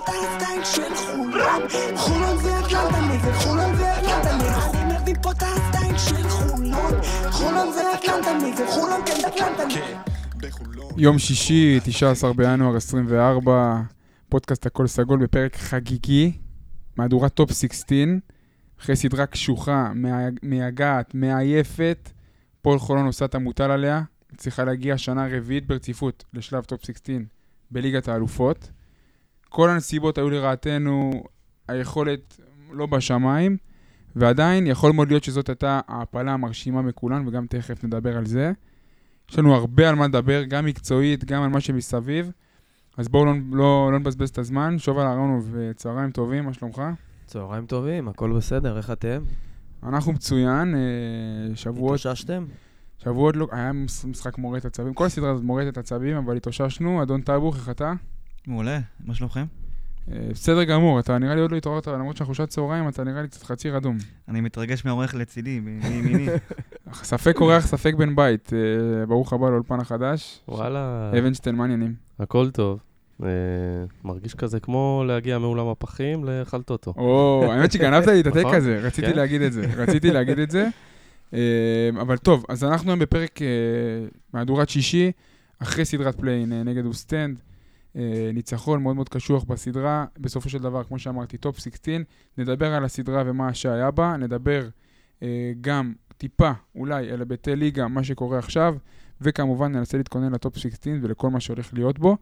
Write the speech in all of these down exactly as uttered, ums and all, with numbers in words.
את הסטייל של חולון, חולון זה אטלנטה נגד חולון זה אטלנטה נגד, אני מביא פה את הסטייל של חולון, חולון זה אטלנטה נגד חולון כן אטלנטה נגד. יום שישי, תשעה עשר בינואר עשרים וארבע, פודקאסט הכל סגול בפרק חגיגי, מהדורת טופ שש עשרה, אחרי סדרה קשוחה, מייגעת, מעייפת, פועל חולון עושה את המוטל עליה, צריכה להגיע שנה רביעית ברציפות לשלב טופ שש עשרה בליגת האלופות. כל הנסיבות היו לרעתנו, היכולת לא בשמיים, ועדיין יכול מאוד להיות שזאת הייתה ההפלה המרשימה מכולן, וגם תכף נדבר על זה. יש לנו הרבה על מה לדבר, גם מקצועית, גם על מה שמסביב. אז בואו לא, לא, לא נבזבז את הזמן. שובל אהרונוב, צהריים טובים, מה שלומך? צהריים טובים, הכל בסדר, איך אתם? אנחנו מצוין, שבועות... התאוששתם? שבועות לא... היה משחק מורד עצבים, כל הסדרה הזאת מורדת עצבים, אבל התאוששנו. אדון טאבוך, איך אתה? מעולה, מה שלומכם? בסדר גמור, אתה נראה לי עוד לא התעוררת, למרות שאנחנו שעת צהריים, אתה נראה לי קצת חצי רדום. אני מתרגש מהאורח לצידי, מימיני. ספק אורח, ספק בן בית. ברוך הבא לאולפן החדש. וואלה. אבנשטיין, מה העניינים? הכל טוב. מרגיש כזה כמו להגיע מאולם הפחים לחלטוטו. או, האמת שגנבת לי את הטק הזה, רציתי להגיד את זה, רציתי להגיד את זה. אבל טוב, אז אנחנו היום בפרק מהדורת שישי, אחרי סדרת פליין נגד אוסטנד. ניצחון מאוד מאוד קשוח בסדרה, בסופו של דבר, כמו שאמרתי, טופ שש עשרה, נדבר על הסדרה ומה שהיה בה, נדבר גם טיפה, אולי, על היבטי ליגה, מה שקורה עכשיו, וכמובן ננסה להתכונן לטופ שש עשרה ולכל מה שהולך להיות בו.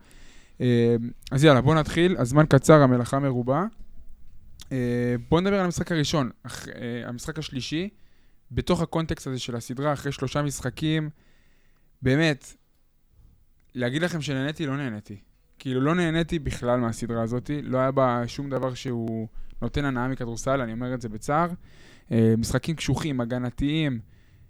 אז יאללה, בואו נתחיל, הזמן קצר, המלאכה מרובה. בואו נדבר על המשחק הראשון, המשחק השלישי, בתוך הקונטקסט הזה של הסדרה, אחרי שלושה משחקים, באמת, להגיד לכם שנהניתי, לא נהניתי. כאילו לא נהניתי בכלל מהסדרה הזאת, לא היה בה שום דבר שהוא נותן הנאה מכדורסל, אני אומר את זה בצער. משחקים קשוחים, הגנתיים,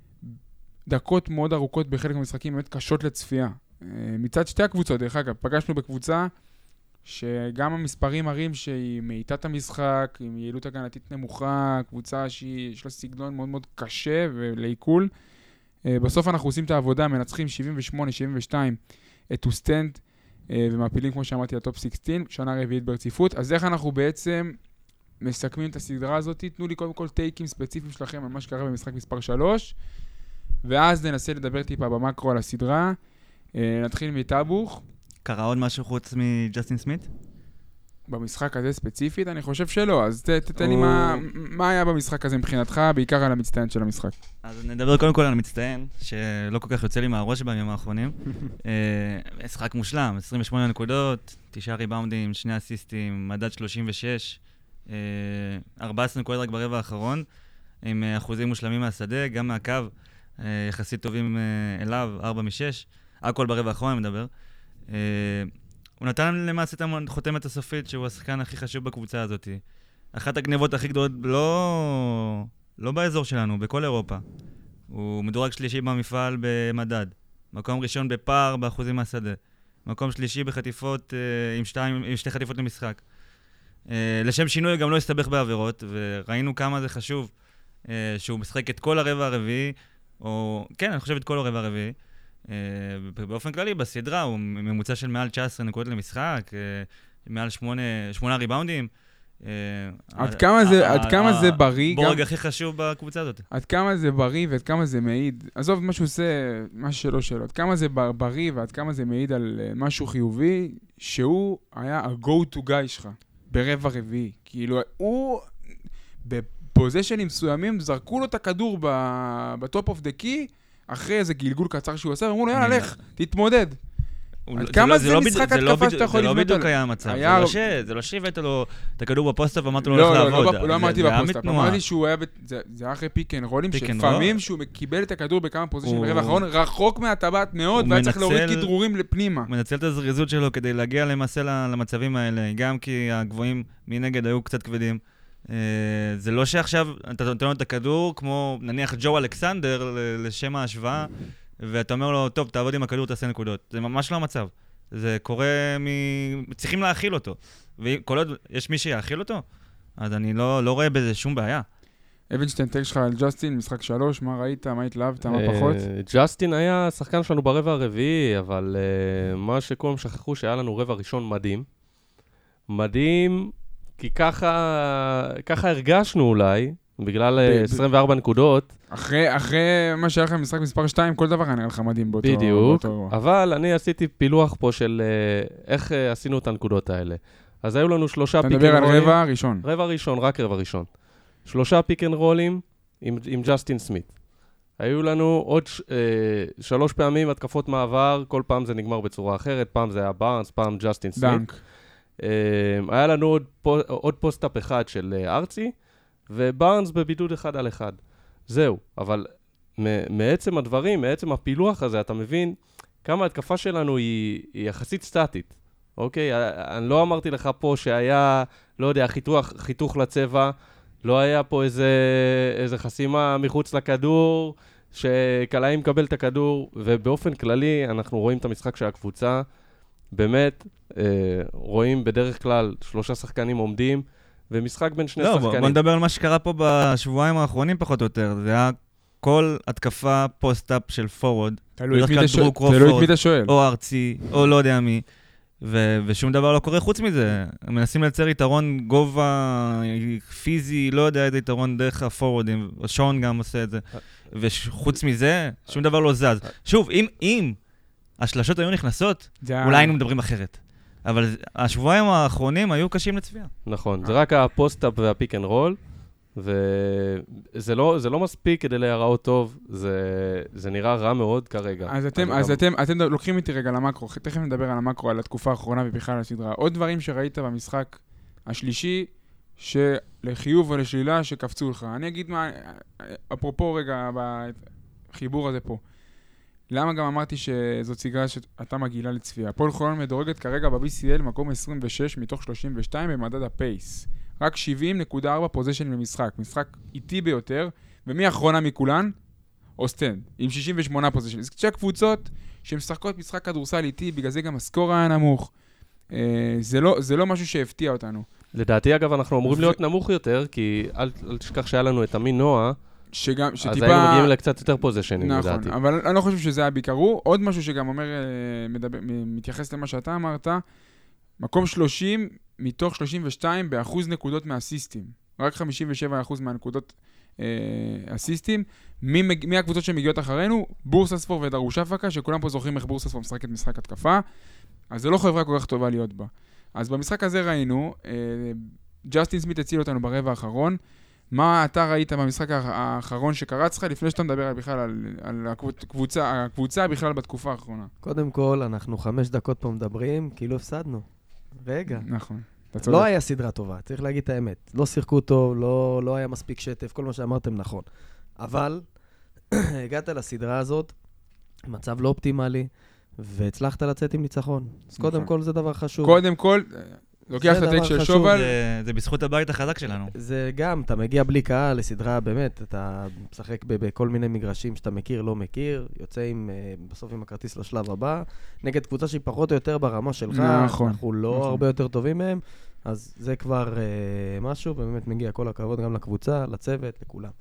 דקות מאוד ארוכות בחלק מהמשחקים, באמת קשות לצפייה. מצד שתי הקבוצות, דרך אגב, פגשנו בקבוצה שגם המספרים מראים שהיא מאיטת המשחק, עם יעילות הגנתית נמוכה, קבוצה שיש לה סגנון מאוד מאוד קשה ולעיכול. בסוף אנחנו עושים את העבודה, מנצחים שבעים ושמונה שבעים ושתיים את אוסטנד, ומעפילים, כמו שאמרתי, לטופ שש עשרה, שנה רביעית ברציפות. אז איך אנחנו בעצם מסכמים את הסדרה הזאת? תנו לי קודם כל טייקים ספציפיים שלכם על מה שקרה במשחק מספר שלוש, ואז ננסה לדבר טיפה במקרו על הסדרה. נתחיל מטאבוך. קרה עוד משהו חוץ מג'סטין סמית? במשחק הזה ספציפית? אני חושב שלא. אז תתן לי מה, מה היה במשחק הזה מבחינתך, בעיקר על המצטיין של המשחק. אז נדבר קודם כל על המצטיין, שלא כל כך יוצא לי מהראש בימים האחרונים. משחק מושלם, עשרים ושמונה נקודות, תשעה ריבאונדים, שני אסיסטים, מדד שלושים ושש, ארבע עשרה נקודות רק ברבע האחרון, עם אחוזים מושלמים מהשדה, גם מהקו, יחסית טובים אליו, ארבע משש, הכל ברבע האחרון אני מדבר. הוא נתן למעשה את החותמת הסופית שהוא השחקן הכי חשוב בקבוצה הזאת. אחת הגניבות הכי גדולות, לא, לא באזור שלנו, בכל אירופה. הוא מדורג שלישי במפעל במדד. מקום ראשון בפער באחוזים מהשדה. מקום שלישי בחטיפות עם, שתיים, עם שתי חטיפות למשחק. לשם שינוי גם לא הסתבך בעבירות, וראינו כמה זה חשוב שהוא משחק את כל הרבע הרביעי, או כן, אני חושב את כל הרבע הרביעי. באופן כללי, בסדרה הוא ממוצע של מעל תשע עשרה נקודות למשחק, מעל שמונה ריבאונדים. עד כמה זה, עד כמה זה בריא, בורג הכי חשוב בקבוצה הזאת. עד כמה זה בריא ועד כמה זה מעיד, עזוב מה שהוא עושה, מה שלא שלו, עד כמה זה בריא ועד כמה זה מעיד על משהו חיובי, שהוא היה ה-go to guy שלך, ברבע רביעי. כאילו, הוא, בפוזיישנים מסוימים, זרקו לו את הכדור בטופ אוף דה קי, אחרי איזה גלגול קצר שהוא עושה, ואמרו לו, יאללה, לך, תתמודד. עד כמה זה משחק התקפה שאתה יכול לבנות עליו? זה לא בדיוק היה המצב, זה לא שהבאת לו את הכדור בפוסט-אפ ואמרת לו הולך לעבוד. לא, לא אמרתי בפוסט-אפ, אמרתי שהוא היה, זה היה אחרי פיק אנד רולים, שפעמים שהוא קיבל את הכדור בכמה פוזישנים ברבע האחרון, רחוק מהטבעת מאוד, והיה צריך להוריד כדרורים לפנימה. הוא מנצל את הזריזות שלו כדי להגיע למעשה למצבים האלה, גם כי הגבוהים מנגד היו קצת כבדים. זה לא שעכשיו אתה נותן לו את הכדור, כמו נניח ג'ו אלכסנדר לשם ההשוואה, ואתה אומר לו, טוב, תעבוד עם הכדור, תעשה נקודות. זה ממש לא המצב. זה קורה מ... צריכים להאכיל אותו. וכל עוד יש מי שיאכיל אותו, אז אני לא, לא רואה בזה שום בעיה. אבנשטיין, טק שלך על ג'סטין, משחק שלוש, מה ראית, מה התלהבת, מה פחות? ג'סטין היה שחקן שלנו ברבע הרביעי, אבל מה שכולם שכחו שהיה לנו רבע ראשון מדהים, מדהים, כי ככה, ככה הרגשנו אולי, בגלל עשרים וארבע נקודות. אחרי, אחרי מה שהיה לך במשחק מספר שתיים, כל דבר היה נראה לך מדהים באותו... בדיוק, באותו... אבל אני עשיתי פילוח פה של איך עשינו את הנקודות האלה. אז היו לנו שלושה פיק אנד רולים. אתה מדבר על רבע ראשון. רבע ראשון, רק רבע ראשון. שלושה פיק אנד רולים עם, עם ג'סטין סמית. היו לנו עוד ש, אה, שלוש פעמים התקפות מעבר, כל פעם זה נגמר בצורה אחרת, פעם זה היה בארנס, פעם ג'סטין סמית. דנק. אה, היה לנו עוד, פו, עוד פוסט-אפ אחד של אה, ארצי, ובארנס בבידוד אחד על אחד. זהו, אבל מעצם הדברים, מעצם הפילוח הזה, אתה מבין כמה התקפה שלנו היא, היא יחסית סטטית. אוקיי? אני לא אמרתי לך פה שהיה, לא יודע, חיתוך, חיתוך לצבע, לא היה פה איזה, איזה חסימה מחוץ לכדור, שקלעי מקבל את הכדור, ובאופן כללי אנחנו רואים את המשחק של הקבוצה, באמת, אה, רואים בדרך כלל שלושה שחקנים עומדים, ומשחק בין שני לא, שחקנים. בוא, בוא נדבר על מה שקרה פה בשבועיים האחרונים פחות או יותר. זה היה כל התקפה פוסט-אפ של פורוורד. תלוי את מי אתה שואל. או ארצי, או לא יודע מי. ו- ושום דבר לא קורה חוץ מזה. מנסים לייצר יתרון גובה פיזי, לא יודע איזה יתרון דרך הפורורדים. שון גם עושה את זה. וחוץ מזה, שום דבר לא זז. שוב, אם, אם השלשות היו נכנסות, אולי היינו מדברים אחרת. אבל השבועיים האחרונים היו קשים לצביעה. נכון, זה רק הפוסט-אפ והפיק אנד רול, וזה לא, זה לא מספיק כדי להיראות טוב, זה, זה נראה רע מאוד כרגע. אז אתם, אז אתם, אתם לוקחים איתי רגע למקרו, תכף נדבר על המקרו, על התקופה האחרונה ובכלל על הסדרה. עוד דברים שראית במשחק השלישי, שלחיוב או לשלילה שקפצו לך. אני אגיד מה, אפרופו רגע בחיבור הזה פה. למה גם אמרתי שזאת סגרה שאתה מגילה לצפייה? הפועל חולון מדורגת כרגע ב-בי סי אל מקום עשרים ושש מתוך שלושים ושתיים במדד הפייס. רק שבעים נקודה ארבע פוזיישן במשחק. משחק איטי ביותר, ומי האחרונה מכולן? אוסטנד, עם שישים ושמונה פוזיישן. זה שתי קבוצות שמשחקות משחק כדורסל איטי, בגלל זה גם הסקור היה נמוך. זה לא, זה לא משהו שהפתיע אותנו. לדעתי, אגב, אנחנו אמורים להיות נמוך יותר, כי אל, אל תשכח שהיה לנו את אמין נועה, שגם, שטיפה... אז היינו מגיעים לקצת יותר פוזיישנים, נכון, לדעתי. אבל אני לא חושב שזה היה בעיקר. עוד משהו שגם אומר, מדבר, מתייחס למה שאתה אמרת, מקום שלושים מתוך שלושים ושתיים באחוז נקודות מהאסיסטים. רק חמישים ושבע אחוז מהנקודות אה, אסיסטים. מי, מי הקבוצות שמגיעות אחרינו? בורסספור ודרוש אפקה, שכולם פה זוכרים איך בורסספור משחקת משחק התקפה. אז זה לא חברה כל כך טובה להיות בה. אז במשחק הזה ראינו, אה, ג'סטין סמית הציל אותנו ברבע האחרון. מה אתה ראית במשחק האחרון שקרץ לך, לפני שאתה מדבר בכלל על, על הקבוצה, הקבוצה בכלל בתקופה האחרונה? קודם כל, אנחנו חמש דקות פה מדברים, כאילו הפסדנו. רגע. נכון. לא היה סדרה טובה, צריך להגיד את האמת. לא שיחקו טוב, לא, לא היה מספיק שטף, כל מה שאמרתם נכון. אבל, הגעת לסדרה הזאת, מצב לא אופטימלי, והצלחת לצאת עם ניצחון. אז נכון. קודם כל זה דבר חשוב. קודם כל... לוקח את הטק של שובל. זה, זה בזכות הבית החזק שלנו. זה גם, אתה מגיע בלי קהל לסדרה, באמת, אתה משחק בכל מיני מגרשים שאתה מכיר, לא מכיר, יוצא עם, בסוף עם הכרטיס לשלב הבא, נגד קבוצה שהיא פחות או יותר ברמה שלך, נכון, אנחנו לא נכון. הרבה יותר טובים מהם, אז זה כבר אה, משהו, ובאמת מגיע כל הכבוד גם לקבוצה, לצוות, לכולם.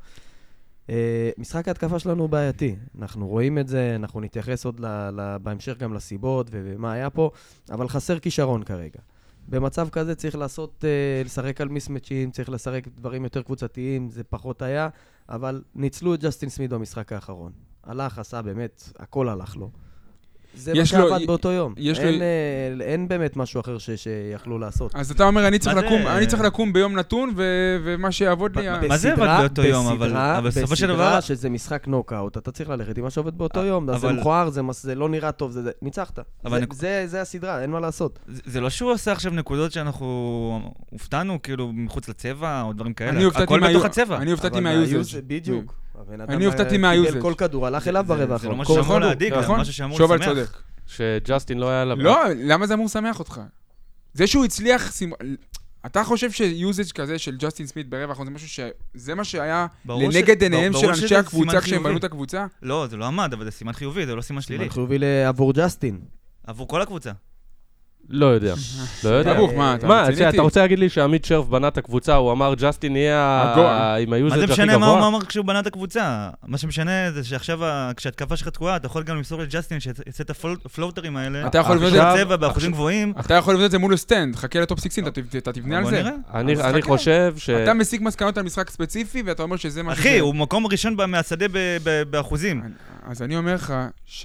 אה, משחק ההתקפה שלנו הוא בעייתי, אנחנו רואים את זה, אנחנו נתייחס עוד ל, ל, בהמשך גם לסיבות ומה היה פה, אבל חסר כישרון כרגע. במצב כזה צריך לעשות, uh, לשחק על מיסמצ'ים, צריך לשחק דברים יותר קבוצתיים, זה פחות היה, אבל ניצלו את ג'סטין סמית במשחק האחרון. הלך, עשה באמת, הכל הלך לו. זה מה שעבד באותו יום. אין, לו... אין באמת משהו אחר ש... שיכלו לעשות. אז אתה אומר, אני צריך, לקום, זה... אני צריך לקום ביום נתון, ו... ומה שיעבוד לי... מה זה עבד באותו יום? אבל, אבל בסופו של דבר... בסדרה שזה משחק נוקאוט, אתה צריך ללכת עם מה שעובד באותו יום. אבל... זה מכוער, זה, מס... זה לא נראה טוב, זה... ניצחת. זה, נק... זה, זה הסדרה, אין מה לעשות. זה, זה לא שהוא עושה עכשיו נקודות שאנחנו הופתענו, כאילו, מחוץ לצבע או דברים כאלה. הכל בתוך הצבע. אני הופתעתי מהיוזר. בדיוק. אני הופתעתי מהיוזר. כל כדור הלך אליו ברבע האחרון. זה לא משהו שאמור להדיג, זה משהו שאמור לשמח. שג'סטין לא היה לה... לא, למה זה אמור לשמח אותך? זה שהוא הצליח... אתה חושב שיוזאג' כזה של ג'סטין סמית ברבע האחרון, זה משהו ש... זה מה שהיה לנגד עיניהם של אנשי הקבוצה כשהם בנו את הקבוצה? לא, זה לא עמד, אבל זה סימן חיובי, זה לא סימן שלילי. סימן חיובי עבור ג'סטין. עבור כל הקבוצה. לא יודע, לא יודע. טבוך, מה, אתה מה, רציני? אתה רוצה להגיד לי שעמית שרף בנה את הקבוצה, הוא אמר ג'סטין יהיה עם היוזג' הכי גבוה? מה זה משנה מה הוא אמר כשהוא בנה את הקבוצה? מה שמשנה זה שעכשיו כשהתקפה שלך תקועה, אתה יכול גם למסור לג'סטין שיצא את הפלוטרים האלה. אתה יכול לבנות את צבע באחוזים גבוהים. אתה יכול לבנות את זה מול הסטנד, חכה לטופ שישה עשרה, אתה תבנה על זה. אני חושב ש... אתה מסיק מסקנות על משחק ספציפי, ואתה אומר שזה מה... אחי, הוא מקום ראשון מהשדה באחוזים. אז אני אומר לך ש...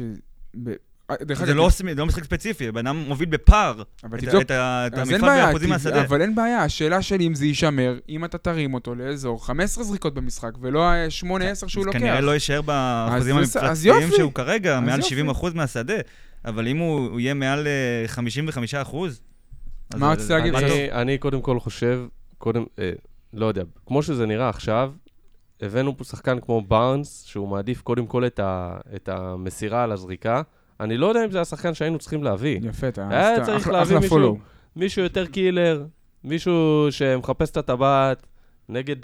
זה לא משחק ספציפי, בן אדם מוביל בפער את המפעל באחוזים מהשדה. אבל אין בעיה, השאלה שלי אם זה יישמר, אם אתה תרים אותו לאזור חמש עשרה זריקות במשחק, ולא שמונה עשר שהוא לוקח. כנראה לא יישאר באחוזים המפלצתיים שהוא כרגע, מעל שבעים אחוז מהשדה, אבל אם הוא יהיה מעל חמישים וחמישה אחוז... מה רציתי להגיד? אני קודם כל חושב, קודם, לא יודע, כמו שזה נראה עכשיו, הבאנו פה שחקן כמו בארנס, שהוא מעדיף קודם כל את המסירה על הזריקה. אני לא יודע אם זה השחקן שהיינו צריכים להביא. יפה, אתה היה צריך להביא מישהו, מישהו יותר קילר, מישהו שמחפש את הטבעת, נגד,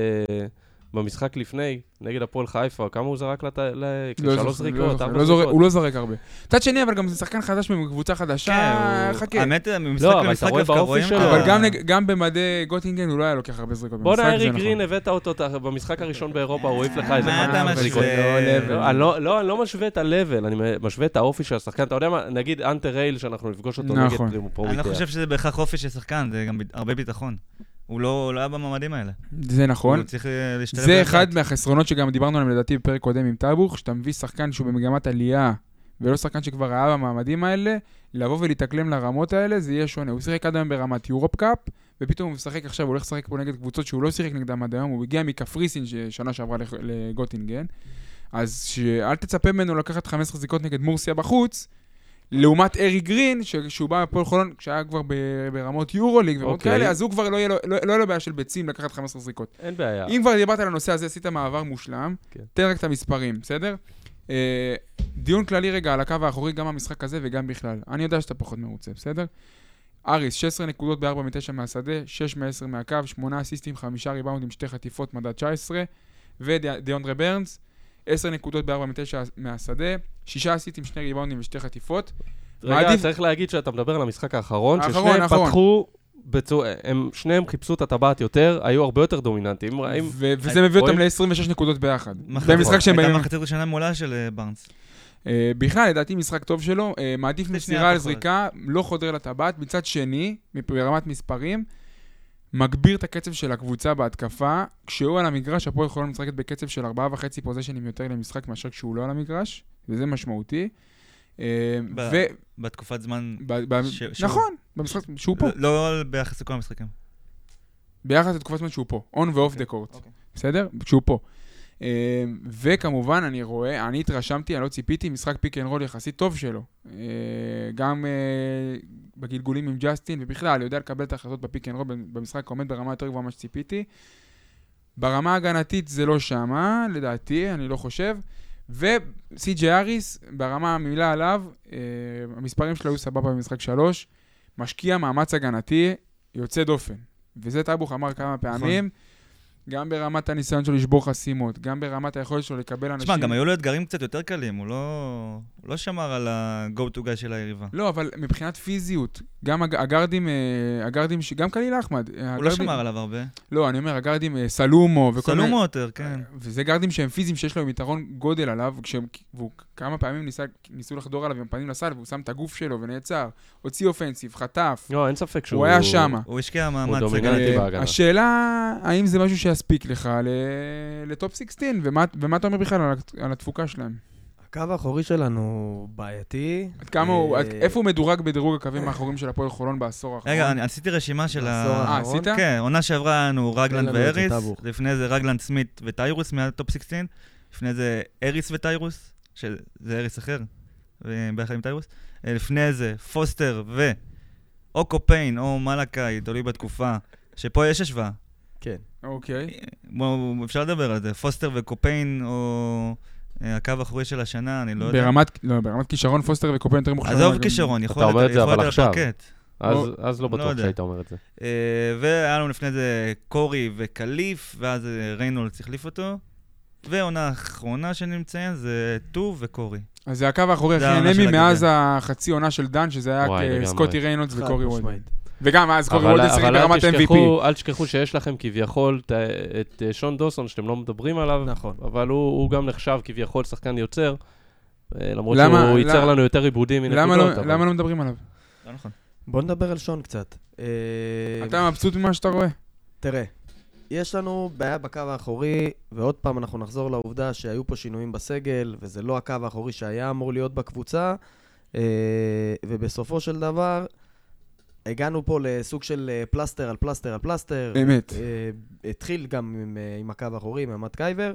במשחק לפני, נגד הפועל חיפה, כמה הוא זרק לשלוש זריקות, ארבע זריקות. הוא לא זרק הרבה. צד שני, אבל גם זה שחקן חדש בקבוצה חדשה, חכה. האמת, ממשחק למשחק דווקא רואים. אבל גם במדי גוטינגן הוא לא היה לוקח הרבה זריקות. בוא נראה, אריק גרין, הבאת אותו במשחק הראשון באירופה, הוא העיף לך איזה... מה אתה משווה? לא, אני לא משווה את הלבל, אני משווה את האופי של השחקן. אתה יודע מה, נגיד אנטר רייל, שאנחנו נפגוש אותו נגד פרומיטאה. אני לא חושב שזה בהכרח אופי של שחקן, זה גם הרבה ביטחון. הוא לא היה במעמדים האלה. זה נכון. הוא צריך להשתלב. זה אחד מהחסרונות שגם דיברנו עליהם לדעתי בפרק קודם עם טאבוך, שאתה מביא שחקן שהוא במגמת עלייה, ולא שחקן שכבר היה במעמדים האלה, לבוא ולהתאקלם לרמות האלה, זה יהיה שונה. הוא שיחק עד היום ברמת יורופ קאפ, ופתאום הוא משחק עכשיו, הוא הולך לשחק פה נגד קבוצות שהוא לא שיחק נגדם עד היום, הוא הגיע מקפריסין ששנה שעברה לגוטינגן, אז שאל תצפה ממנו לקחת חמש עשרה זריקות נגד מורסיה בחוץ, לעומת ארי גרין, שהוא בא בפועל חולון, כשהיה כבר ברמות יורוליג ורמות כאלה, אז הוא כבר לא יהיה לו בעיה של ביצים לקחת חמש עשרה זריקות. אין בעיה. אם כבר דיברת על הנושא הזה, עשית מעבר מושלם, תן רק את המספרים, בסדר? דיון כללי רגע על הקו האחורי, גם המשחק הזה וגם בכלל. אני יודע שאתה פחות מרוצה, בסדר? אריס, שש עשרה נקודות ב-ארבע מתשע מהשדה, שש מ-עשר מהקו, שמונה אסיסטים, חמישה ריבאונדים, שתי חטיפות, מדד תשע עשרה, ודיונדרה ברנס, עשר נקודות ב-ארבע מתשע מהשדה, שישה אסיסטים, שני ריבאונדים ושתי חטיפות. רגע, צריך להגיד שאתה מדבר על המשחק האחרון, ששניהם פתחו, הם שניהם חיפשו את הטבעת יותר, היו הרבה יותר דומיננטיים. וזה מביא אותם ל-עשרים ושש נקודות ביחד. במשחק שהם באים... הייתה מחצית ראשונה מעולה של בארנס. בכלל, לדעתי משחק טוב שלו, מעדיף מסירה על זריקה, לא חודר לטבעת, מצד שני, ברמת מספרים, מגביר את הקצב של הקבוצה בהתקפה, כשהוא על המגרש, הפועל חולון משחקת בקצב של ארבעה וחצי פוזיישנים יותר למשחק מאשר כשהוא לא על המגרש, וזה משמעותי. בתקופת זמן... נכון, במשחק שהוא פה. לא ביחס לכל המשחקים. ביחס לתקופת זמן שהוא פה, on ו-off the court, בסדר? שהוא פה. וכמובן, אני רואה, אני התרשמתי, אני לא ציפיתי, משחק פיק אנד רול יחסית טוב שלו. גם בגלגולים עם ג'סטין, ובכלל, אני יודע לקבל את ההחלטות בפיק אנד רול, במשחק עומד ברמה יותר גבוהה מה שציפיתי. ברמה הגנתית זה לא שמה, לדעתי, אני לא חושב. וסי ג'יי אריס, ברמה המילה עליו, המספרים שלו היו סבבה במשחק שלוש, משקיע מאמץ הגנתי, יוצא דופן. וזה טאבוך אמר כמה פעמים, גם ברמת הניסיון שלו לשבור חסימות, גם ברמת היכולת שלו לקבל אנשים... תשמע, גם היו לו אתגרים קצת יותר קלים, הוא לא, הוא לא שמר על ה-go to guy של היריבה. לא, אבל מבחינת פיזיות, גם הגרדים, הגרדים, גם קליל אחמד. הוא הגרדים... לא שמר עליו הרבה. לא, אני אומר, הגרדים, סלומו וכל סלומו מיני... יותר, כן. וזה גרדים שהם פיזיים, שיש להם יתרון גודל עליו, כשהם, והוא כמה פעמים ניסה, ניסו לחדור עליו עם פנים לסל, והוא שם את הגוף שלו ונעצר, הוציא אופנסיב, חטף. לא, אין ספק שהוא... הוא היה שמה. הוא השקיע מאמץ. הוא דומיננטי בהגנה. השאלה, האם זה משהו שיספיק לך לטופ שש עשרה, ומה, ומה אתה אומר בכלל על, על התפוקה שלהם? הקו האחורי שלנו בעייתי. עד כמה הוא, איפה הוא מדורג בדירוג הקווים האחוריים של הפועל חולון בעשור האחרון? רגע, אני עשיתי רשימה של ה... אה, עשית? כן, עונה שעברה לנו רגלנד ואריס, לפני זה רגלנד סמית וטיירוס מהטופ שש עשרה, לפני זה אריס וטיירוס, שזה אריס אחר, ביחד עם טיירוס, לפני זה פוסטר ו... או קופיין או מלאקאי, תלוי בתקופה, שפה יש השוואה. כן. אוקיי. בואו, אפשר לדבר על זה. פוסטר וקופיין, או הקו האחורי של השנה, אני לא יודע. ברמת, לא, ברמת כישרון, פוסטר וקופיין יותר מוכשרים. עזוב כישרון, יכול להיות על הפרקט. אתה אומר את זה, אבל עכשיו. אז לא בטוח שהיית אומר את זה. והיה לנו לפני זה קורי וקליף, ואז ריינולדס החליף אותו. ועונה האחרונה שאני מציין זה טו וקורי. אז זה הקו האחורי הכי אנמי מאז החצי עונה של דן, שזה היה סקוטי ריינולדס וקורי וולדן. וגם אז קורי וולדן שיחק ברמת אם וי פי. אבל אל תשכחו שיש לכם כביכול את שון דוסון, שאתם לא מדברים עליו, אבל הוא גם נחשב כביכול שחקן יוצר, למרות שהוא ייצר לנו יותר עיבודים מנקודות. למה לא מדברים עליו? לא נכון. בוא נדבר על שון קצת. אתה מבסוט ממה שאתה רואה? תראה, יש לנו בעיה בקו האחורי, ועוד פעם אנחנו נחזור לעובדה שהיו פה שינויים בסגל, וזה לא הקו האחורי שהיה אמור להיות בקבוצה, ובסופו של דבר, הגענו פה לסוג של פלסטר על פלסטר על פלסטר. באמת. התחיל גם עם, עם הקו האחורי, עם המט קייבר,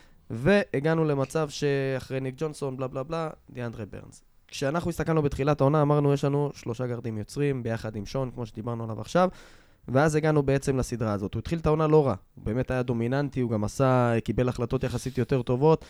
והגענו למצב שאחרי ניק ג'ונסון, בלה בלה בלה, דיאנדרה ברנס. כשאנחנו הסתכלנו בתחילת העונה, אמרנו, יש לנו שלושה גרדים יוצרים, ביחד עם שון, כמו שדיברנו עליו עכשיו, ואז הגענו בעצם לסדרה הזאת. הוא התחיל את העונה לא רע, הוא באמת היה דומיננטי, הוא גם עשה, קיבל החלטות יחסית יותר טובות,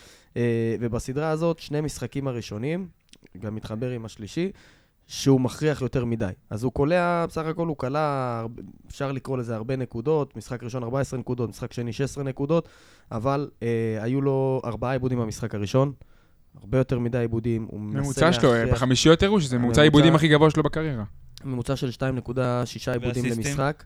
ובסדרה הזאת, שני משחקים הראשונים, גם מתחבר עם השלישי, שהוא מכריח יותר מדי. אז הוא קולע, בסך הכל הוא קלע, אפשר לקרוא לזה הרבה נקודות, משחק ראשון ארבע עשרה נקודות, משחק שני שש עשרה נקודות, אבל אה, היו לו ארבעה עיבודים במשחק הראשון, הרבה יותר מדי עיבודים. ממוצע שלו, בחמישיות הראו שזה ממוצע העיבודים הכי גבוה שלו בקריירה. ממוצע של שתיים נקודה שש עיבודים למשחק,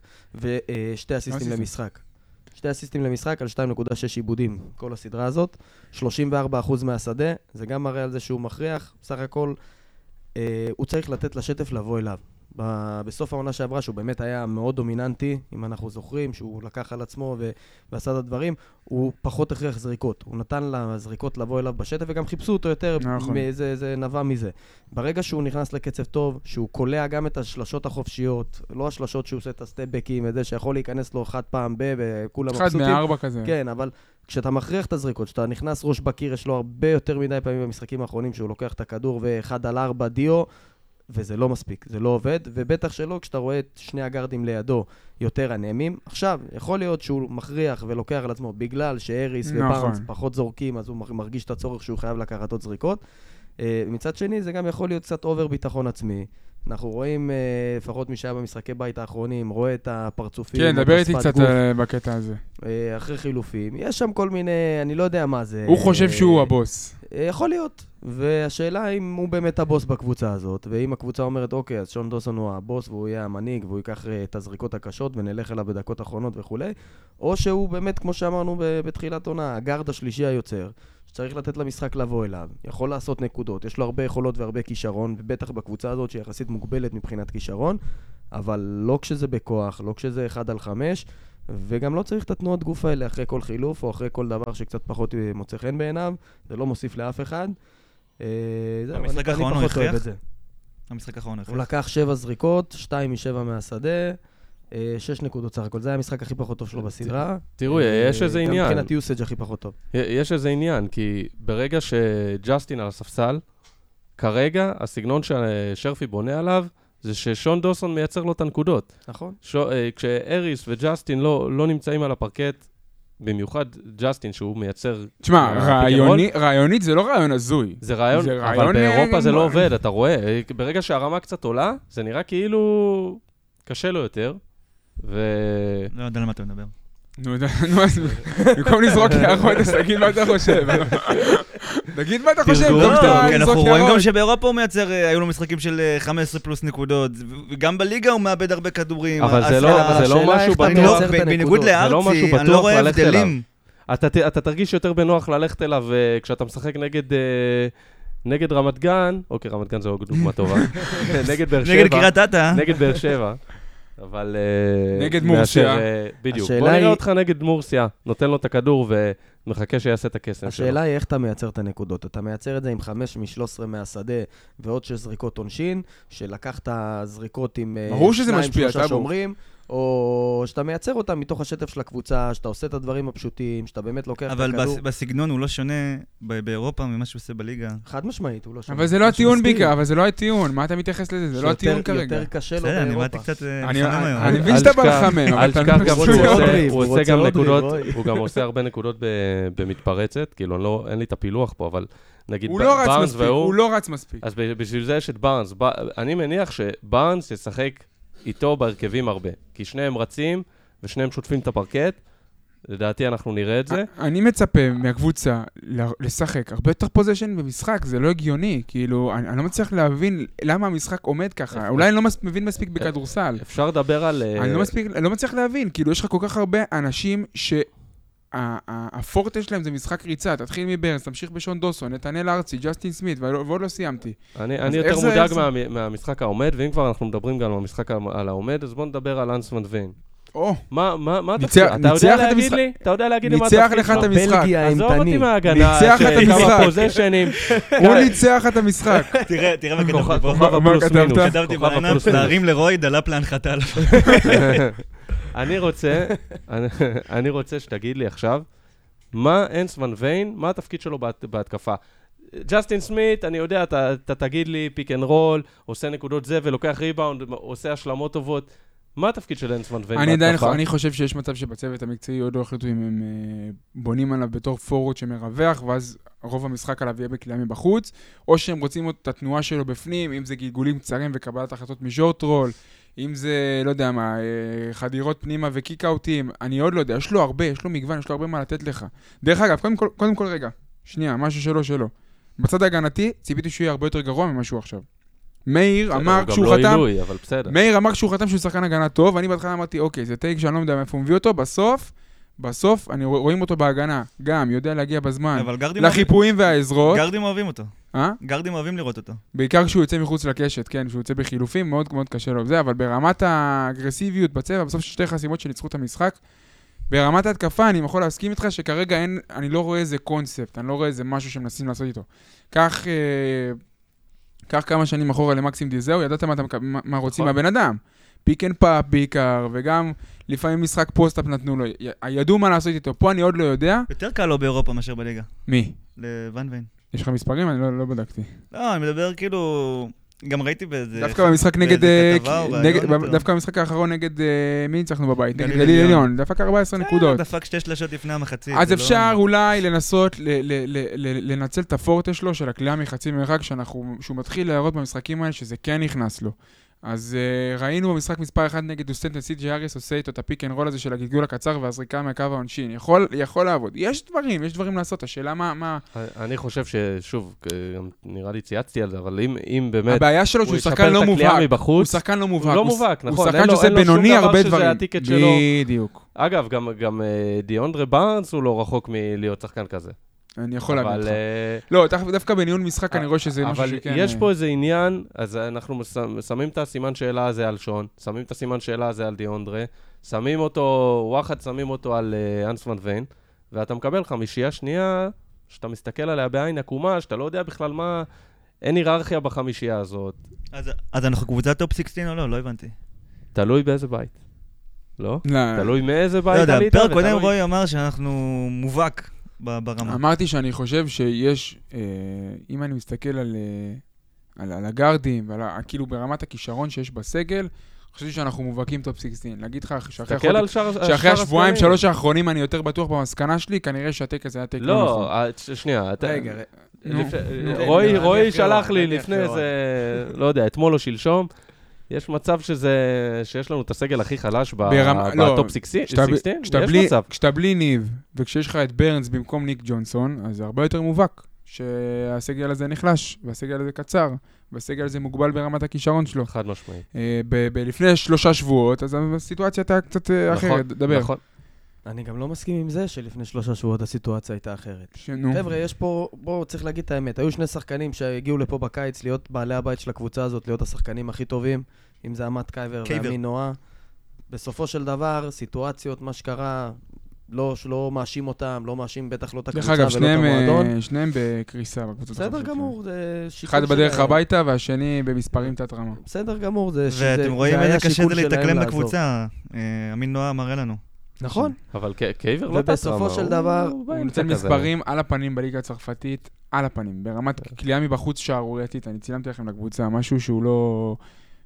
ושתי אסיסטים למשחק. שתי אסיסטים למשחק על שתיים נקודה שש עיבודים, כל הסדרה הזאת. שלושים וארבעה אחוז מהשדה, זה גם מראה על זה שהוא מכריח, בסך הכל Uh, הוא צריך לתת לשטף לבוא אליו. ב- בסוף העונה שעברה, שהוא באמת היה מאוד דומיננטי, אם אנחנו זוכרים, שהוא לקח על עצמו ו- ועשה את הדברים, הוא פחות הכריח זריקות. הוא נתן לזריקות לבוא אליו בשטף, וגם חיפשו אותו יותר, נכון. זה, זה נבע מזה. ברגע שהוא נכנס לקצב טוב, שהוא קולע גם את השלשות החופשיות, לא השלשות שהוא עושה את הסטפבקים, את זה שיכול להיכנס לו אחד פעם ב, וכולם מבסוטים. אחד מארבע כזה. כן, אבל כשאתה מכריח את הזריקות, כשאתה נכנס ראש בקיר, יש לו הרבה יותר מדי פעמים במשחקים האחרונים, שהוא לוקח את הכדור ואחד על ארבע דיו, וזה לא מספיק, זה לא עובד, ובטח שלא כשאתה רואה את שני הגרדים לידו יותר אנמים. עכשיו, יכול להיות שהוא מכריח ולוקח על עצמו, בגלל שאריס ובארנס פחות זורקים, אז הוא מרגיש את הצורך שהוא חייב לקחת עוד זריקות. מצד שני, זה גם יכול להיות קצת אובר ביטחון עצמי. אנחנו רואים, לפחות מי שהיה במשחקי בית האחרונים, רואה את הפרצופים. כן, דבר איתי קצת בקטע הזה. אחרי חילופים. יש שם כל מיני, אני לא יודע מה זה. הוא חושב שהוא הבוס. יכול להיות. והשאלה אם הוא באמת הבוס בקבוצה הזאת, ואם הקבוצה אומרת, אוקיי, אז שון דוסון הוא הבוס, והוא יהיה המנהיג, והוא ייקח את הזריקות הקשות, ונלך אליו בדקות האחרונות וכו'. או שהוא באמת, כמו שאמרנו בתחילת עונה, הגארד השלישי היוצר, שצריך לתת למשחק לבוא אליו, יכול לעשות נקודות, יש לו הרבה יכולות והרבה כישרון, ובטח בקבוצה הזאת שהיא יחסית מוגבלת מבחינת כישרון, אבל לא כשזה בכוח, לא כשזה אחד על חמש, וגם לא צריך את התנועות גוף האלה אחרי כל חילוף, או אחרי כל דבר שקצת פחות מוצא חן בעיניו, זה לא מוסיף לאף אחד. המשחק האחרון הוא הכריח? המשחק האחרון הוא הכריח. הוא לקח שבע זריקות, שתיים משבע מהשדה, שש נקודות סך הכל. זה היה המשחק הכי פחות טוב שלו בסדרה. תראו, יש איזה עניין. גם מבחינת יוסאג' הכי פחות טוב. יש איזה עניין, כי ברגע שג'סטין על הספסל, כרגע הסגנון ששרפי בונה עליו, זה ששון דוסון מייצר לו את הנקודות. נכון. כשאריס וג'סטין לא נמצאים על הפרקט, במיוחד ג'סטין שהוא מייצר... תשמע, רעיונית זה לא רעיון הזוי. זה רעיון, אבל באירופה זה לא עובד, אתה רואה. ברגע שהרמה קצת עולה, זה נראה כאילו קשה לו יותר, ו... לא יודע למה אתה מדבר. נו, נו, אז במקום לזרוק יערות, אז תגיד מה אתה חושב. תגיד מה אתה חושב. אנחנו רואים גם שבאירופה הוא מייצר, היו לו משחקים של חמש עשרה פלוס נקודות, וגם בליגה הוא מאבד הרבה כדורים. אבל זה לא משהו בטוח. בניגוד לארצי, אני לא רואה הבדלים. אתה תרגיש יותר בנוח ללכת אליו כשאתה משחק נגד... נגד רמת גן, אוקיי, רמת גן זו דוגמה טובה. נגד באר שבע. נגד קריית אתא. נגד באר שבע. אבל... נגד מורסיה. בדיוק. בוא נראה אותך נגד מורסיה, נותן לו את הכדור ומחכה שיעשה את הקסם שלו. השאלה היא איך אתה מייצר את הנקודות. אתה מייצר את זה עם חמש משלוש עשרה מהשדה ועוד שש זריקות עונשין, שלקחת זריקות עם שניים שלושה שומרים, או שאתה מייצר אותם מתוך השטף של הקבוצה, שאתה עושה את הדברים הפשוטים, שאתה באמת לוקח את הכדור. אבל בסגנון הוא לא שונה באירופה ממה שהוא עושה בליגה. חד משמעית, הוא לא שונה. אבל זה לא הטיעון ביקה, אבל זה לא הטיעון. מה אתה מתייחס לזה? זה לא הטיעון כרגע. יותר קשה לו באירופה. אני באתי קצת מחמם היום. אני מבין שאתה ברחמם, אבל אתה גם הוא עושה גם נקודות, הוא גם עושה הרבה נקודות במתפרצת, כאילו אין לי את הפילוח פה, אבל נגיד בארנס והוא... הוא לא רץ מספיק. אז בשביל זה יש את בארנס. אני מניח שבארנס ישחק איתו בהרכבים הרבה, כי שניהם רצים ושניהם שוטפים את הפרקט, לדעתי אנחנו נראה את זה. אני מצפה מהקבוצה לשחק הרבה יותר פוזיישן במשחק, זה לא הגיוני, כאילו, אני לא מצליח להבין למה המשחק עומד ככה, אולי אני לא מבין מספיק בכדורסל. אפשר לדבר על... אני לא מצליח להבין, כאילו, יש לך כל כך הרבה אנשים ש... הפורטה שלהם זה משחק ריצה, תתחיל מברנס, תמשיך בשון דוסון, נתנאל ארצי, ג'סטין סמית, ועוד לא סיימתי. אני יותר מודאג מהמשחק העומד, ואם כבר אנחנו מדברים גם על המשחק על העומד, אז בואו נדבר על אנס ון ויין. מה התפקיד? אתה יודע להגיד לי? אתה יודע להגיד לי מה התפקיד? ניצח לך את המשחק. עזוב אותי מההגנה. ניצח את המשחק. פוזיישנים. הוא ניצח את המשחק. תראה מה כתבתי פה. מה כתבת? כתבתי בעיניים, להרים לרוי, דלאפ להנחתה עליו. אני רוצה, אני רוצה שתגיד לי עכשיו, מה אנס ון ויין, מה התפקיד שלו בהתקפה? ג'סטין סמית, אני יודע, אתה, אתה תגיד לי פיק אנד רול, עושה נקודות זה ולוקח ריבאונד, עושה השלמות טובות. מה התפקיד של אנס ון ויין אני בהתקפה? עדיין, אני חושב שיש מצב שבצוות המקצועי עוד לא החליטו אם הם בונים עליו בתור פורוד שמרווח, ואז רוב המשחק עליו יהיה בקליעה מבחוץ, או שהם רוצים את התנועה שלו בפנים, אם זה גלגולים קצרים וקבלת החלטות משורט רול, אם זה, לא יודע מה, חדירות פנימה וקיקאוטים, אני עוד לא יודע, יש לו הרבה, יש לו מגוון, יש לו הרבה מה לתת לך. דרך אגב, קודם כל, קודם כל רגע, שנייה, משהו שלו שלו. בצד ההגנתי, ציפיתי שהוא יהיה הרבה יותר גרוע ממה שהוא עכשיו. מאיר אמר כשהוא חתם, מאיר אמר כשהוא חתם שהוא שחקן הגנה טוב, ואני בהתחלה אמרתי, אוקיי, זה טייק שאני לא יודע מאיפה הוא מביא אותו, בסוף, בסוף, אני רואים אותו בהגנה, גם, יודע להגיע בזמן, לחיפויים והעזרות. גרדים אוהבים אותו. אה? גרדים אוהבים לראות אותו. בעיקר כשהוא יוצא מחוץ לקשת, כן, כשהוא יוצא בחילופים, מאוד מאוד קשה לו. זה, אבל ברמת האגרסיביות בצבע, בסוף שתי חסימות שניצחו את המשחק, ברמת ההתקפה, אני יכול להסכים איתך שכרגע אין, אני לא רואה איזה קונספט, אני לא רואה איזה משהו שמנסים לעשות איתו. כך, אה, כך כמה שנים אחורה למקסים דיזהו, ידעת מה, מה, מה רוצים מהבן אדם. פיק אנד פאפ בעיקר, וגם לפעמים משחק פוסט-אפ נתנו לו. ידעו מה לעשות איתו. פה אני עוד לא יודע. יותר קל לו באירופה מאשר בליגה. מי? לוון ויין. יש לך מספרים? אני לא, לא בדקתי. לא, אני מדבר כאילו... גם ראיתי באיזה... דווקא במשחק נגד... דווקא במשחק האחרון נגד... מי ניצחנו בבית? נגד גליל עליון. דפק ארבע עשרה נקודות. דפק שתי שלשות לפני המחצית. אז אפשר אולי לנסות לנצל את הפורטה שלו, של הקליעה מחצי מרחק, שהוא מתחיל להראות במשחקים האלה, שזה כן נכנס לו. אז uh, ראינו במשחק מספר אחד נגד דוסטנט סי.ג'יי אריס עושה איתו את הפיק אנד רול הזה של הגלגול הקצר והזריקה מהקו העונשין. יכול, יכול לעבוד. יש דברים, יש דברים לעשות. השאלה מה... מה... אני חושב ששוב, נראה לי צייצתי על זה, אבל אם, אם באמת... הבעיה שלו שהוא שחקן לא מובהק. הוא שחקן לא מובהק. הוא לא מובהק, נכון. הוא שחקן שעושה בינוני הרבה דברים. בדיוק. אגב, גם, גם דיונדרה בארנס הוא לא רחוק מלהיות שחקן כזה. אני יכול להגיד לך. לא, דווקא בניהול משחק אני רואה שזה משהו שכן... אבל יש פה איזה עניין, אז אנחנו שמים את הסימן שאלה הזה על שון, שמים את הסימן שאלה הזה על דיונדרה, שמים אותו, וואחד שמים אותו על אנס ון ויין, ואתה מקבל חמישייה שנייה, שאתה מסתכל עליה בעין עקומה, שאתה לא יודע בכלל מה... אין היררכיה בחמישייה הזאת. אז אנחנו קבוצת טופ שש עשרה או לא? לא הבנתי. תלוי באיזה בית. לא? לא. תלוי מאיזה בית עלית. פרק קודם רוי אמר שאנחנו מובהק. ברמה. אמרתי שאני חושב שיש, אה, אם אני מסתכל על, אה, על, על הגרדים, ועל, כאילו ברמת הכישרון שיש בסגל, חושבים שאנחנו מובהקים טופ שש עשרה. להגיד לך שאחרי, חוד... שר, שאחרי השבועיים, שלוש האחרונים אני יותר בטוח במסקנה שלי, כנראה שהטק הזה היה טק לא נכון. לא, שנייה. רגע, רועי, רועי שלח לי לפני איזה, לא יודע, אתמול או שלשום, יש מצב שזה, שיש לנו את הסגל הכי חלש בטופ שש עשרה? יש מצב. כשאתה בלי ניב, וכשיש לך את ברנס במקום ניק ג'ונסון, אז זה הרבה יותר מובהק, שהסגל הזה נחלש, והסגל הזה קצר, והסגל הזה מוגבל ברמת הכישרון שלו. חד משמעית. לפני שלושה שבועות, אז הסיטואציה הייתה קצת אחרת, דבר. נכון. אני גם לא מסכים עם זה שלפני שלושה שבועות הסיטואציה הייתה אחרת. חבר'ה, יש פה, בואו צריך להגיד את האמת, היו שני שחקנים שהגיעו לפה בקיץ להיות בעלי הבית של הקבוצה הזאת, להיות השחקנים הכי טובים, אם זה עמת קייבר ואמין נועה. בסופו של דבר, סיטואציות, מה שקרה, לא, לא מאשים אותם, לא מאשים בטח לא את הקבוצה ולא את המועדון. דרך אגב, שניהם בקריסה בקבוצות. בסדר גמור, זה שיקול שלהם. אחד בדרך הביתה והשני במספרים תת רמה. בסדר גמור, זה היה שיקול שלהם לעזור. ואתם רואים איזה קשה זה להתאקלם בקבוצה, אמין נועה מראה לנו. נכון. אבל קייבר לא תת רמה. ובסופו של דבר, הוא נותן מספרים על הפנים בליגה הצרפתית, על הפנים, ברמת קליעה מבחוץ שערורייתית. אני צילמתי לכם לקבוצה, משהו שהוא לא...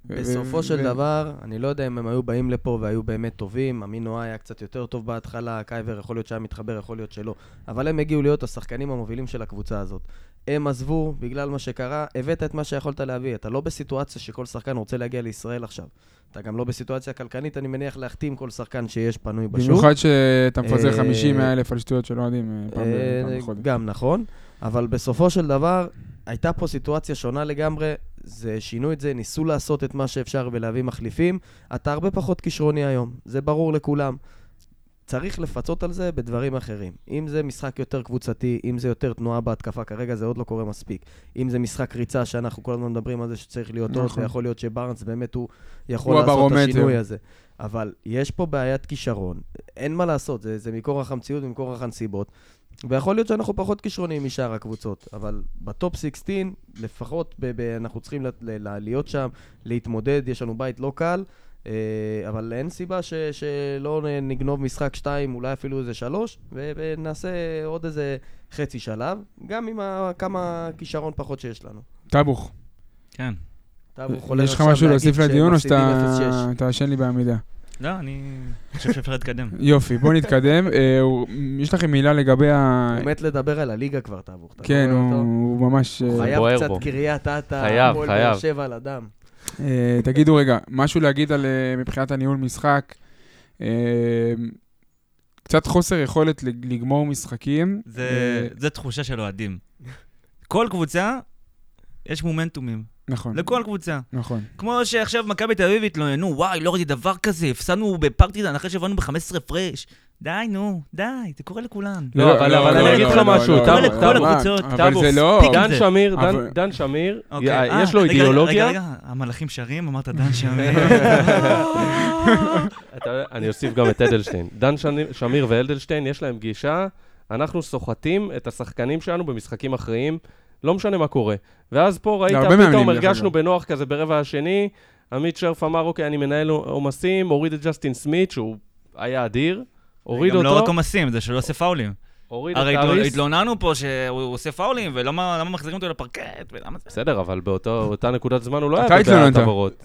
בסופו של דבר, אני לא יודע אם הם היו באים לפה והיו באמת טובים, אמינו היה קצת יותר טוב בהתחלה, קייבר יכול להיות שהיה מתחבר, יכול להיות שלא, אבל הם הגיעו להיות השחקנים המובילים של הקבוצה הזאת. הם עזבו בגלל מה שקרה, הבאת את מה שיכולת להביא, אתה לא בסיטואציה שכל שחקן רוצה להגיע לישראל עכשיו. אתה גם לא בסיטואציה כלכלית, אני מניח להחתים כל שחקן שיש פנוי בשוק. במיוחד שאתה מפזר חמישים אלף על שטויות של אוהדים פעם בחודש. גם נכון, אבל בסופו של דבר, הייתה פה סיטואציה שונה לגמרי, זה שינו את זה, ניסו לעשות את מה שאפשר ולהביא מחליפים, אתה הרבה פחות כישרוני היום, זה ברור לכולם. צריך לפצות על זה בדברים אחרים. אם זה משחק יותר קבוצתי, אם זה יותר תנועה בהתקפה, כרגע זה עוד לא קורה מספיק. אם זה משחק ריצה שאנחנו כל הזמן מדברים על זה שצריך להיות עוד, ויכול להיות שבארנס באמת הוא יכול לעשות את השינוי הזה. אבל יש פה בעיית כישרון, אין מה לעשות, זה, זה מכורח המציאות ומכורח הנסיבות. ויכול להיות שאנחנו פחות כישרונים משאר הקבוצות, אבל בטופ שש עשרה, לפחות ב- ב- אנחנו צריכים ל- ל- להיות שם, להתמודד, יש לנו בית לא קל, אבל אין סיבה ש- שלא נגנוב משחק שתיים, אולי אפילו איזה שלוש, ו- ונעשה עוד איזה חצי שלב, גם עם ה- כמה כישרון פחות שיש לנו. טבוך. כן. טבוך יש לך משהו להוסיף לדיון או שאתה ישן לי בעמידה? לא, אני חושב שאפשר להתקדם. יופי, בוא נתקדם. יש לכם מילה לגבי ה... הוא מת לדבר על הליגה כבר, טבוך. כן, הוא ממש... הוא חייב קצת קריית אתא, חייב, חייב. יושב על אדם. תגידו רגע, משהו להגיד על מבחינת הניהול משחק, קצת חוסר יכולת לגמור משחקים. זה תחושה של אוהדים. כל קבוצה, יש מומנטומים. נכון. לכל קבוצה. נכון. כמו שעכשיו מכבי תל אביב התלוננו, וואי, לא ראיתי דבר כזה, הפסדנו בפרטיזן אחרי שהבנו ב-חמש עשרה הפרש. די, נו, די, זה קורה לכולן. לא, אבל אני אגיד לך משהו, טאבוך, טאבוך, אבל זה לא... דן שמיר, דן שמיר, יש לו אידיאולוגיה. רגע, רגע, המלאכים שרים, אמרת דן שמיר. אני אוסיף גם את אדלשטיין. דן שמיר ואדלשטיין, יש להם גישה, אנחנו סוחטים את השחקנים שלנו במשחקים אחרים, לא משנה מה קורה. ואז פה ראית, פתאום הרגשנו בנוח כזה ברבע השני, עמית שרף אמר, אוקיי, אני מנהל עומסים, הוריד את ג'סטין סמית, שהוא היה אדיר, הוריד אותו. גם לא רק עומסים, זה שלא עושה פאולים. הוריד את קאריס. הרי התלוננו פה שהוא עושה פאולים, ולמה מחזירים אותו לפרקט, ולמה זה? בסדר, אבל באותה נקודת זמן הוא לא היה בבעיית עברות.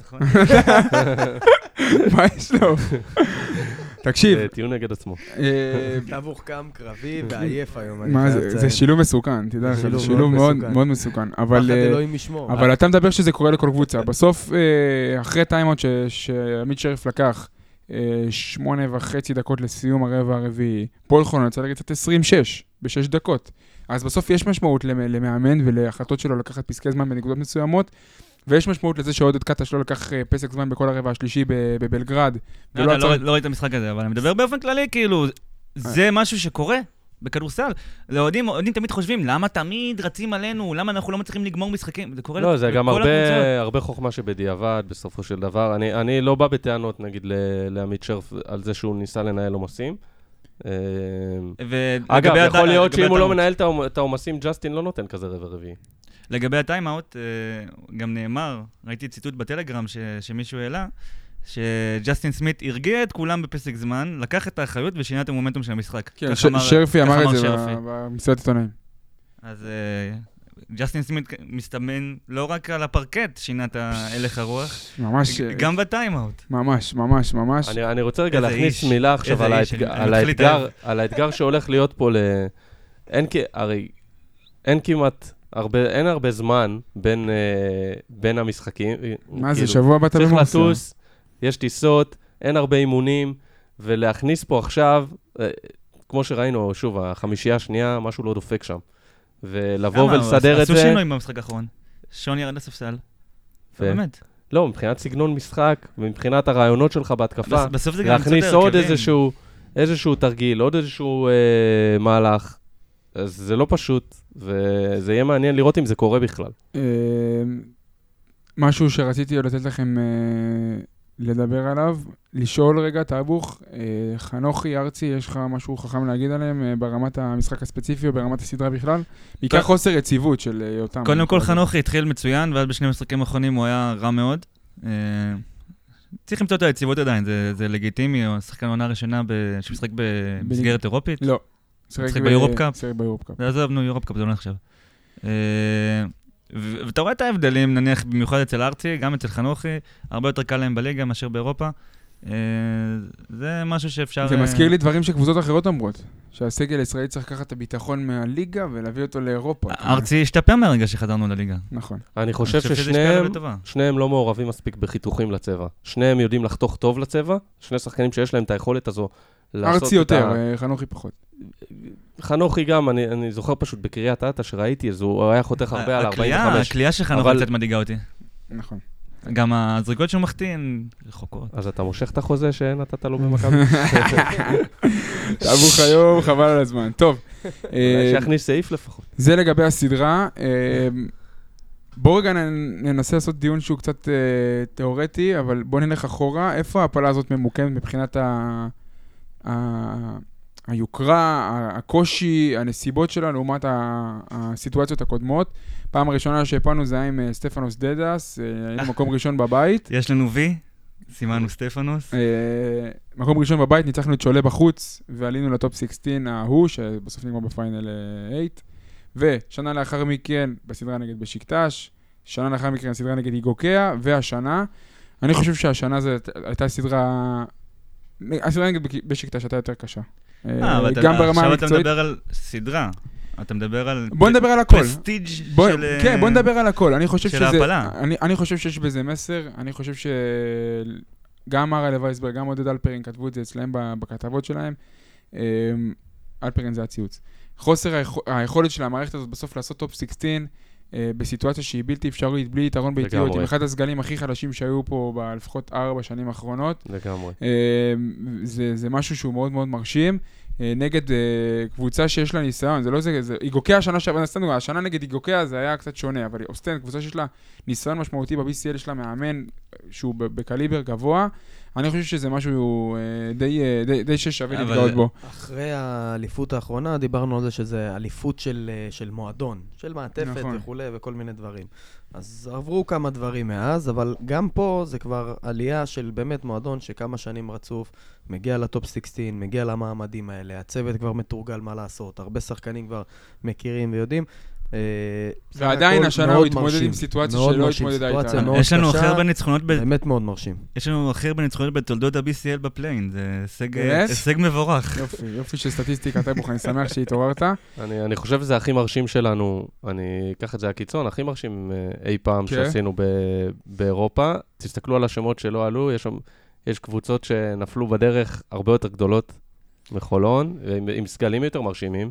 מה יש לו? תקשיב. זה טיעון נגד עצמו. טבוך קם קרבי ועייף היום. זה שילוב מסוכן, תדע, זה שילוב מאוד מסוכן. פחד אלוהים משמור. אבל אתה מדבר שזה קורה לכל קבוצה. בסוף, אחרי טיימאוט שעמית שרף לקח, שמונה וחצי דקות לסיום הרבע הרביעי, פועל חולון יצא להגיד קצת עשרים ושש, בשש דקות. אז בסוף יש משמעות למאמן ולהחלטות שלו לקחת פסקי זמן בנקודות מסוימות, ויש משמעות לזה שעודד קטע שלו לקח פסק זמן בכל הרבע השלישי בבלגרד. לא ראית את המשחק הזה, אבל אני מדבר באופן כללי, כאילו, זה משהו שקורה בכדורסל. אוהדים תמיד חושבים, למה תמיד רצים עלינו, למה אנחנו לא מצליחים לגמור משחקים? זה קורה לכל הקבוצות. לא, זה גם הרבה חוכמה שבדיעבד, בסופו של דבר. אני לא בא בטענות, נגיד, לעמית שרף על זה שהוא ניסה לנהל עומסים. אגב, יכול להיות שאם הוא לא מנהל את העומסים, ג'סטין לא נותן כזה רבע רביעי. לגבי הטיימאוט, גם נאמר, ראיתי ציטוט בטלגרם שמישהו העלה, שג'סטין סמית הרגיע את כולם בפסק זמן, לקח את האחריות ושינה את המומנטום של המשחק. כן, שרפי אמר את זה במסיבת עיתונאים. אז ג'סטין סמית מסתמן לא רק על הפרקט שינה את הלך הרוח, גם בטיימאוט. ממש, ממש, ממש. אני רוצה רגע להכניס מילה עכשיו על האתגר שהולך להיות פה, הרי אין כמעט... אין הרבה זמן בין, בין המשחקים. מה זה, שבוע הבא אתה במוסיה? צריך לטוס, יש טיסות, אין הרבה אימונים, ולהכניס פה עכשיו, כמו שראינו, שוב, החמישייה השנייה, משהו לא דופק שם. ולבוא ולסדר את זה... עשו שינוי במשחק האחרון. שון ירד לספסל. באמת. לא, מבחינת סגנון משחק, ומבחינת הרעיונות שלך בהתקפה, בסוף זה גם להכניס עוד איזשהו, איזשהו תרגיל, עוד איזשהו אה, מהלך. אז זה לא פשוט, וזה יהיה מעניין לראות אם זה קורה בכלל. משהו שרציתי לתת לכם לדבר עליו, לשאול רגע, טבוך, חנוכי, ארצי, יש לך משהו חכם להגיד עליהם ברמת המשחק הספציפי או ברמת הסדרה בכלל? בעיקר חוסר יציבות של אותם. קודם כל חנוכי התחיל מצוין, ואז בשני משחקים האחרונים הוא היה רע מאוד. צריך למצוא את היציבות עדיין, זה לגיטימי, או שחקן עונה ראשונה שמשחק במסגרת אירופית? לא. שחק ביורופ קאפ? שחק ביורופ קאפ. ועזבנו יורופ קאפ, זה לא נחשב. ואתה רואה את ההבדלים, נניח במיוחד אצל ארצי, גם אצל חנוכי, הרבה יותר קל להם בליגה מאשר באירופה. זה משהו שאפשר... זה מזכיר לי דברים שקבוצות אחרות אומרות, שהסגל הישראלי צריך לקחת את הביטחון מהליגה ולהביא אותו לאירופה. ארצי השתפר מהרגע שחזרנו לליגה. נכון. אני חושב ששניהם שניהם לא מעורבים מספיק בחיתוכים לצבע. שניהם יודעים לחתוך טוב לצבע, שני שחקנים שיש להם את היכולת הזו לעשות... ארצי יותר, חנוכי פחות. חנוכי גם, אני, אני זוכר פשוט בקריית אתא שראיתי, אז הוא היה חותך הרבה על ארבעים וחמש. הקליעה של חנוכי קצת מדאיגה אותי. נכון. גם הזריקות שהוא מחטין, רחוקות. אז אתה מושך את החוזה שנתת לו במכבי? תאבו חיום, חבל על הזמן. טוב. אולי שיכניס סעיף לפחות. זה לגבי הסדרה. בואו רגע ננסה לעשות דיון שהוא קצת תיאורטי, אבל בואו נלך אחורה. איפה ההפלה הזאת ממוקמת מבחינת היוקרה, הקושי, הנסיבות שלה, לעומת הסיטואציות הקודמות? פעם הראשונה שהפענו זה היה עם סטפנוס דדס, היינו מקום ראשון בבית. יש לנו וי, סימנו סטפנוס. מקום ראשון בבית, ניצחנו את שולה בחוץ, ועלינו לטופ שש עשרה ההוא, שבסוף נגמר בפיינל שמונה. ושנה לאחר מכן, בסדרה נגד בשקטש, שנה לאחר מכן, הסדרה נגד איגוקיה, והשנה, אני חושב שהשנה זו הייתה סדרה, הסדרה נגד בשקטש הייתה יותר קשה. גם ברמה המקצועית. עכשיו אתה מדבר על סדרה. אתה מדבר על... בוא נדבר על הכל. פרסטיג' של... כן, בוא נדבר על הכל. אני חושב של שזה... ההפלה. אני, אני חושב שיש בזה מסר. אני חושב שגם ארלה וייסברג, גם עודד אלפרין כתבו את זה אצלהם בכתבות שלהם. אלפרין זה הציוץ. חוסר היכול... היכולת של המערכת הזאת בסוף לעשות טופ שש עשרה, בסיטואציה שהיא בלתי אפשרית, בלי יתרון ביתיות, עם אחד הסגלים הכי חלשים שהיו פה בלפחות ארבע שנים האחרונות. לגמרי. זה, זה משהו שהוא מאוד מאוד מרשים. נגד קבוצה שיש לה ניסיון, זה לא זה, זה איגוקיה השנה שעברה, השנה נגד איגוקיה זה היה קצת שונה, אבל אוסטנד, קבוצה שיש לה ניסיון משמעותי ב-בי סי אל, יש לה מאמן שהוא בקליבר גבוה, אני חושב שזה משהו די, די, די ששווה להתגאות בו. אחרי האליפות האחרונה דיברנו על זה שזה אליפות של, של מועדון, של מעטפת נכון. וכו' וכל מיני דברים. אז עברו כמה דברים מאז, אבל גם פה זה כבר עלייה של באמת מועדון שכמה שנים רצוף, מגיע לטופ שש עשרה, מגיע למעמדים האלה, הצוות כבר מתורגל מה לעשות, הרבה שחקנים כבר מכירים ויודעים. ועדיין השנה הוא התמודד עם סיטואציה שלא התמודדה איתה. יש לנו הכי הרבה ניצחונות, באמת מאוד מרשים. יש לנו הכי הרבה ניצחונות בתולדות ה-בי סי אל בפליין, זה הישג מבורך. יופי, יופי של סטטיסטיקה, טייבוך, אני שמח שהתעוררת. אני חושב שזה הכי מרשים שלנו, אני אקח את זה הקיצון, הכי מרשים אי פעם שעשינו באירופה. תסתכלו על השמות שלא עלו, יש קבוצות שנפלו בדרך הרבה יותר גדולות מחולון, עם סגלים יותר מרשימים.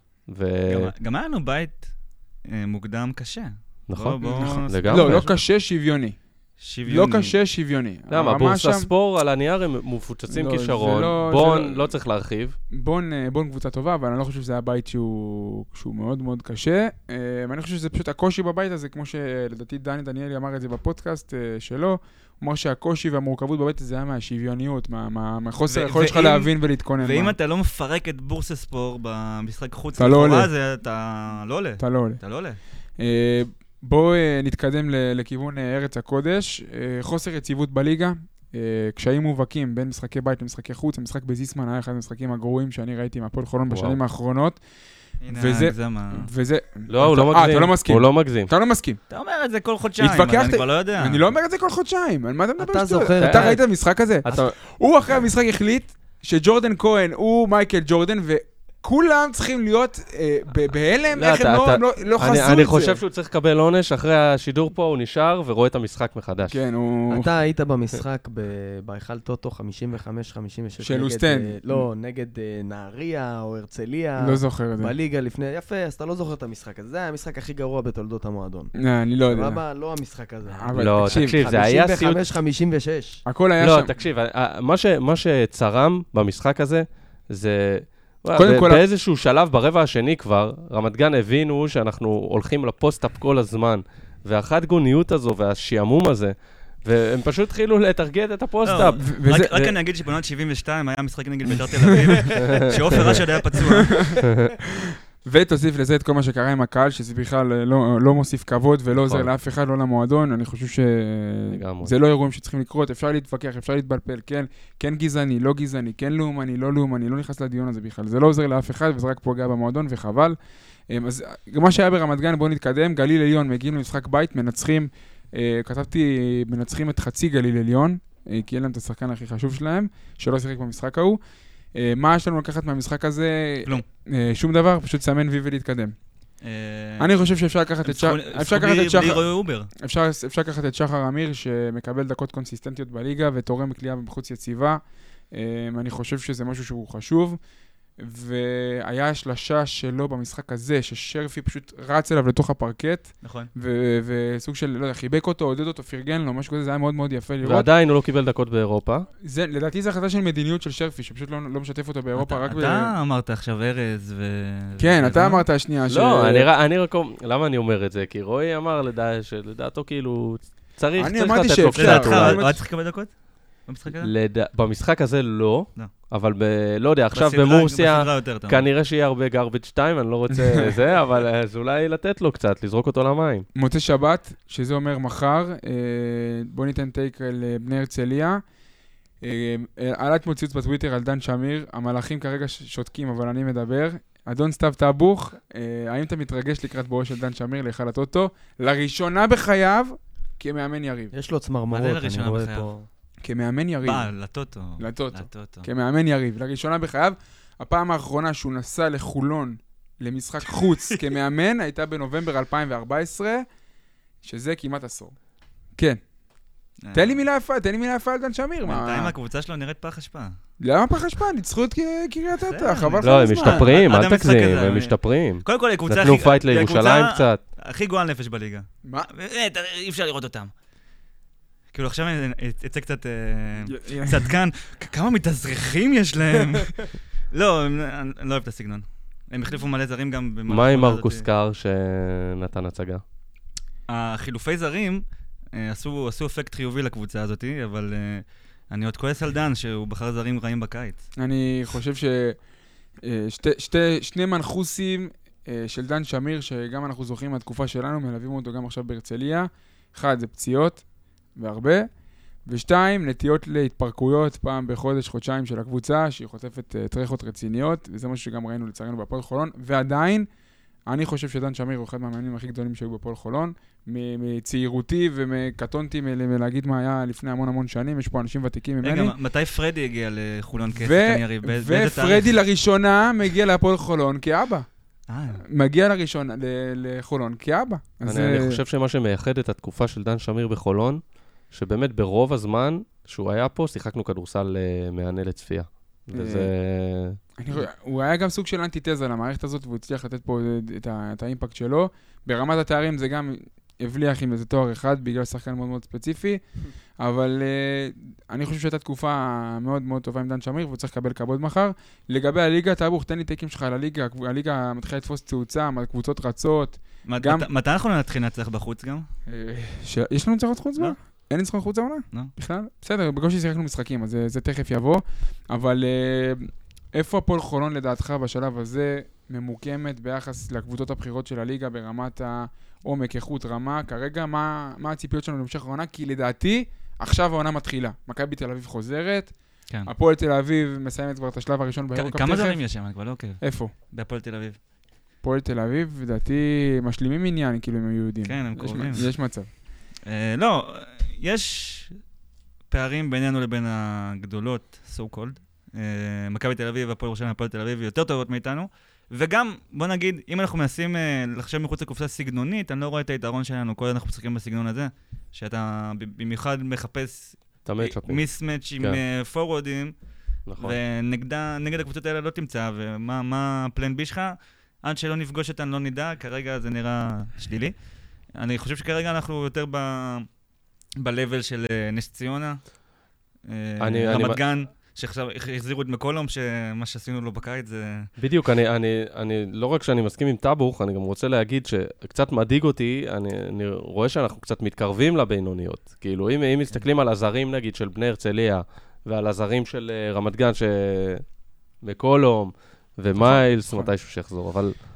גם היה לנו בית מוקדם קשה. נכון, לגמרי. לא, לא קשה, שוויוני. לא קשה, שוויוני. למה? בורסה ספור על הנייר הם מפוצצים כישרון. בון, לא צריך להרחיב. בון קבוצה טובה, אבל אני לא חושב שזה היה בית שהוא מאוד מאוד קשה. ואני חושב שזה פשוט הקושי בבית הזה, כמו שלדעתי דני דניאלי אמר את זה בפודקאסט שלו, הוא אמר שהקושי והמורכבות בבית הזה היה מהשוויוניות, מהחוסר היכולת שלך להבין ולהתכונן. ואם אתה לא מפרק את בורסה ספור במשחק חוץ לכאורה, אתה לא עולה. אתה לא עולה. אתה לא עולה. בואו נתקדם לכיוון ארץ הקודש. חוסר יציבות בליגה, קשיים מובהקים בין משחקי בית למשחקי חוץ. המשחק בזיסמן היה אחד המשחקים הגרועים שאני ראיתי מהפועל חולון בשנים האחרונות. הנה הגזמה. וזה... לא, הוא לא מגזים. אתה לא מסכים. הוא לא מגזים. אתה לא מסכים. אתה אומר את זה כל חודשיים, אבל אני כבר לא יודע. אני לא אומר את זה כל חודשיים. על מה אתה מדבר? אתה זוכר. אתה ראית את המשחק הזה? הוא אחרי המשחק החליט שג'ורדן כהן הוא מייקל ג'ורדן, כולם צריכים להיות בהלם, איך הם לא חסו את זה. אני חושב שהוא צריך לקבל עונש, אחרי השידור פה הוא נשאר ורואה את המשחק מחדש. כן, הוא... אתה היית במשחק בהיכל טוטו חמישים וחמש חמישים ושש. של אוסטנד. לא, נגד נהריה או הרצליה. לא זוכר את זה. בליגה לפני, יפה, אז אתה לא זוכר את המשחק הזה. זה היה המשחק הכי גרוע בתולדות המועדון. אני לא יודע. לא המשחק הזה. לא, תקשיב, זה היה סיוט... חמישים וחמש חמישים ושש. הכל היה שם. לא, תקשיב, מה שצרם במשחק הזה, זה... באיזשהו שלב, ברבע השני כבר, רמת גן הבינו שאנחנו הולכים לפוסט-אפ כל הזמן, והחד גוניות הזו והשיעמום הזה, והם פשוט התחילו לתרגט את הפוסט-אפ. רק אני אגיד שבעונת שבעים ושתיים היה משחק נגד בית"ר תל אביב, שעופר רשד היה פצוע. ותוסיף לזה את כל מה שקרה עם הקהל, שזה בכלל לא, לא מוסיף כבוד ולא עוזר לאף אחד, לא למועדון. אני חושב שזה לא אירועים שצריכים לקרות, אפשר להתווכח, אפשר להתבלפל, כן, כן גזעני, לא גזעני, כן לאומני, לא לאומני, לא נכנס לדיון הזה בכלל. זה לא עוזר לאף אחד וזה רק פוגע במועדון וחבל. אז מה שהיה ברמת גן, בואו נתקדם, גליל עליון מגיעים למשחק בית, מנצחים, כתבתי, מנצחים את חצי גליל עליון, כי אין להם את השחקן הכי חשוב שלהם, שלא שיחק במשחק ההוא. מה יש לנו לקחת מהמשחק הזה? כלום. שום דבר, פשוט סמן וי ולהתקדם. אני חושב שאפשר לקחת את שחר... אפשר לקחת את שחר אמיר, שמקבל דקות קונסיסטנטיות בליגה, ותורם בקליעה בחוץ יציבה. אני חושב שזה משהו שהוא חשוב. והיה השלשה שלו במשחק הזה, ששרפי פשוט רץ אליו לתוך הפרקט. נכון. וסוג של, לא יודע, חיבק אותו, עודד אותו, פרגן לו, משהו כזה, זה היה מאוד מאוד יפה לראות. ועדיין הוא לא קיבל דקות באירופה. זה, לדעתי זה החלטה של מדיניות של שרפי, שפשוט לא, לא משתף אותו באירופה, רק ב... אתה אמרת עכשיו ארז ו... כן, אתה אמרת השנייה ש... לא, אני רק... למה אני אומר את זה? כי רועי אמר לדעתו כאילו... צריך לתת לו קצת. הוא היה צריך לקבל דקות? במשחק הזה? במשחק הזה לא. אבל לא יודע, עכשיו במורסיה, כנראה שיהיה הרבה garbage time, אני לא רוצה זה, אבל אז אולי לתת לו קצת, לזרוק אותו למים. מוצא שבת, שזה אומר מחר, בוא ניתן טייק לבני הרצליה. עלת מוציץ בטוויטר על דן שמיר, המלאכים כרגע שותקים, אבל אני מדבר. אדון סתיו טבוך, האם אתה מתרגש לקראת בואו של דן שמיר להיכל הטוטו? לראשונה בחייו, כמאמן יריב. יש לו צמרמורות, אני רואה פה. כמאמן יריב. בא, לטוטו. לטוטו. כמאמן יריב. לראשונה בחייו, הפעם האחרונה שהוא נסע לחולון למשחק חוץ כמאמן, הייתה בנובמבר אלפיים וארבע עשרה, שזה כמעט עשור. כן. תן לי מילה יפה, תן לי מילה יפה על דן שמיר. בינתיים הקבוצה שלו נראית פח אשפה. למה פח אשפה? ניצחו את קריית אתא, חבל לך לא, הם משתפרים, אל תגזים, הם משתפרים. קודם כל, הקבוצה נתנו פייט לירושלים קצת. הכי גועל נפש בליגה. מה? אי אפשר לראות אותם. כאילו עכשיו אני אצא קצת צדקן, כמה מתאזרחים יש להם? לא, אני לא אוהב את הסגנון. הם החליפו מלא זרים גם... מה עם מרקוס קאר שנתן הצגה? החילופי זרים עשו אפקט חיובי לקבוצה הזאת, אבל אני עוד כועס על דן שהוא בחר זרים רעים בקיץ. אני חושב ששני מנחוסים של דן שמיר, שגם אנחנו זוכרים מהתקופה שלנו, מלווים אותו גם עכשיו בהרצליה. אחד, זה פציעות. והרבה, ושתיים, נטיות להתפרקויות פעם בחודש, חודשיים של הקבוצה, שהיא חוטפת uh, טרחות רציניות, וזה משהו שגם ראינו לצערנו בהפועל חולון, ועדיין, אני חושב שדן שמיר הוא אחד מהמאמנים הכי גדולים שהיו בהפועל חולון, מצעירותי ומקטונתי מלהגיד מה היה לפני המון המון שנים, יש פה אנשים ותיקים ממני. רגע, מתי פרדי הגיע לחולון כשחקן יריב? ופרדי לראשונה מגיע להפועל חולון כאבא. מגיע לראשון לחולון כאבא. אני חושב שמה שמייחד את התקופה של דן שמיר בחולון, שבאמת ברוב הזמן שהוא היה פה, שיחקנו כדורסל מענה לצפייה. הוא היה גם סוג של אנטיתזה למערכת הזאת, והוא הצליח לתת פה את האימפקט שלו. ברמת התארים זה גם הבליח עם איזה תואר אחד, בגלל שחקן מאוד מאוד ספציפי, אבל אני חושב שהייתה תקופה מאוד מאוד טובה עם דן שמיר, והוא צריך לקבל כבוד מחר. לגבי הליגה, תאבוך, תן לי טייקים שלך על הליגה, הליגה מתחילה לתפוס תאוצה, הקבוצות רצות. מתי אנחנו נתחיל לנצח בחוץ גם? יש לנו נצחות חוץ בה? אין ניצחון חוץ העונה? לא. בכלל? בסדר, בקושי שיחקנו משחקים, אז זה תכף יבוא. אבל איפה הפועל חולון לדעתך בשלב הזה ממוקמת ביחס לקבוצות הבחירות של הליגה ברמת העומק, איכות, רמה? כרגע, מה, מה הציפיות שלנו להמשך העונה? כי לדעתי, עכשיו העונה מתחילה. מכבי תל אביב חוזרת, כן. הפועל תל אביב מסיימת כבר את השלב הראשון ביורוקאפ תכף. כמה זרים יש שם? אני כבר לא עוקב. איפה? בהפועל תל אביב. הפועל תל אביב, לדעתי, משלימים עניין, כאילו הם יהודים. כן, הם קרובים. יש מצב. לא, יש פערים בינינו לבין הגדולות, so called. מכבי תל אביב והפועל ירושלים והפועל תל אביב יותר טובות מאיתנו. וגם, בוא נגיד, אם אנחנו מנסים לחשב מחוץ לקופסה סגנונית, אני לא רואה את היתרון שלנו, כל אנחנו משחקים בסגנון הזה, שאתה במיוחד מחפש מיסמץ' עם פורורדים, ונגד הקבוצות האלה לא תמצא, ומה הפלן בי שלך? עד שלא נפגוש אותן לא נדע, כרגע זה נראה שלילי. אני חושב שכרגע אנחנו יותר ב-level של נס ציונה, רמת גן, שעכשיו החזירו את מקולום, שמה שעשינו לו בקיץ זה... בדיוק, אני, אני, אני, לא רק שאני מסכים עם טאבוך, אני גם רוצה להגיד שקצת מדאיג אותי, אני, אני רואה שאנחנו קצת מתקרבים לבינוניות. כאילו, אם, אם מסתכלים על הזרים, נגיד, של בני הרצליה, ועל הזרים של רמת גן, שמקולום, ומיילס, מתישהו שיחזור, אבל...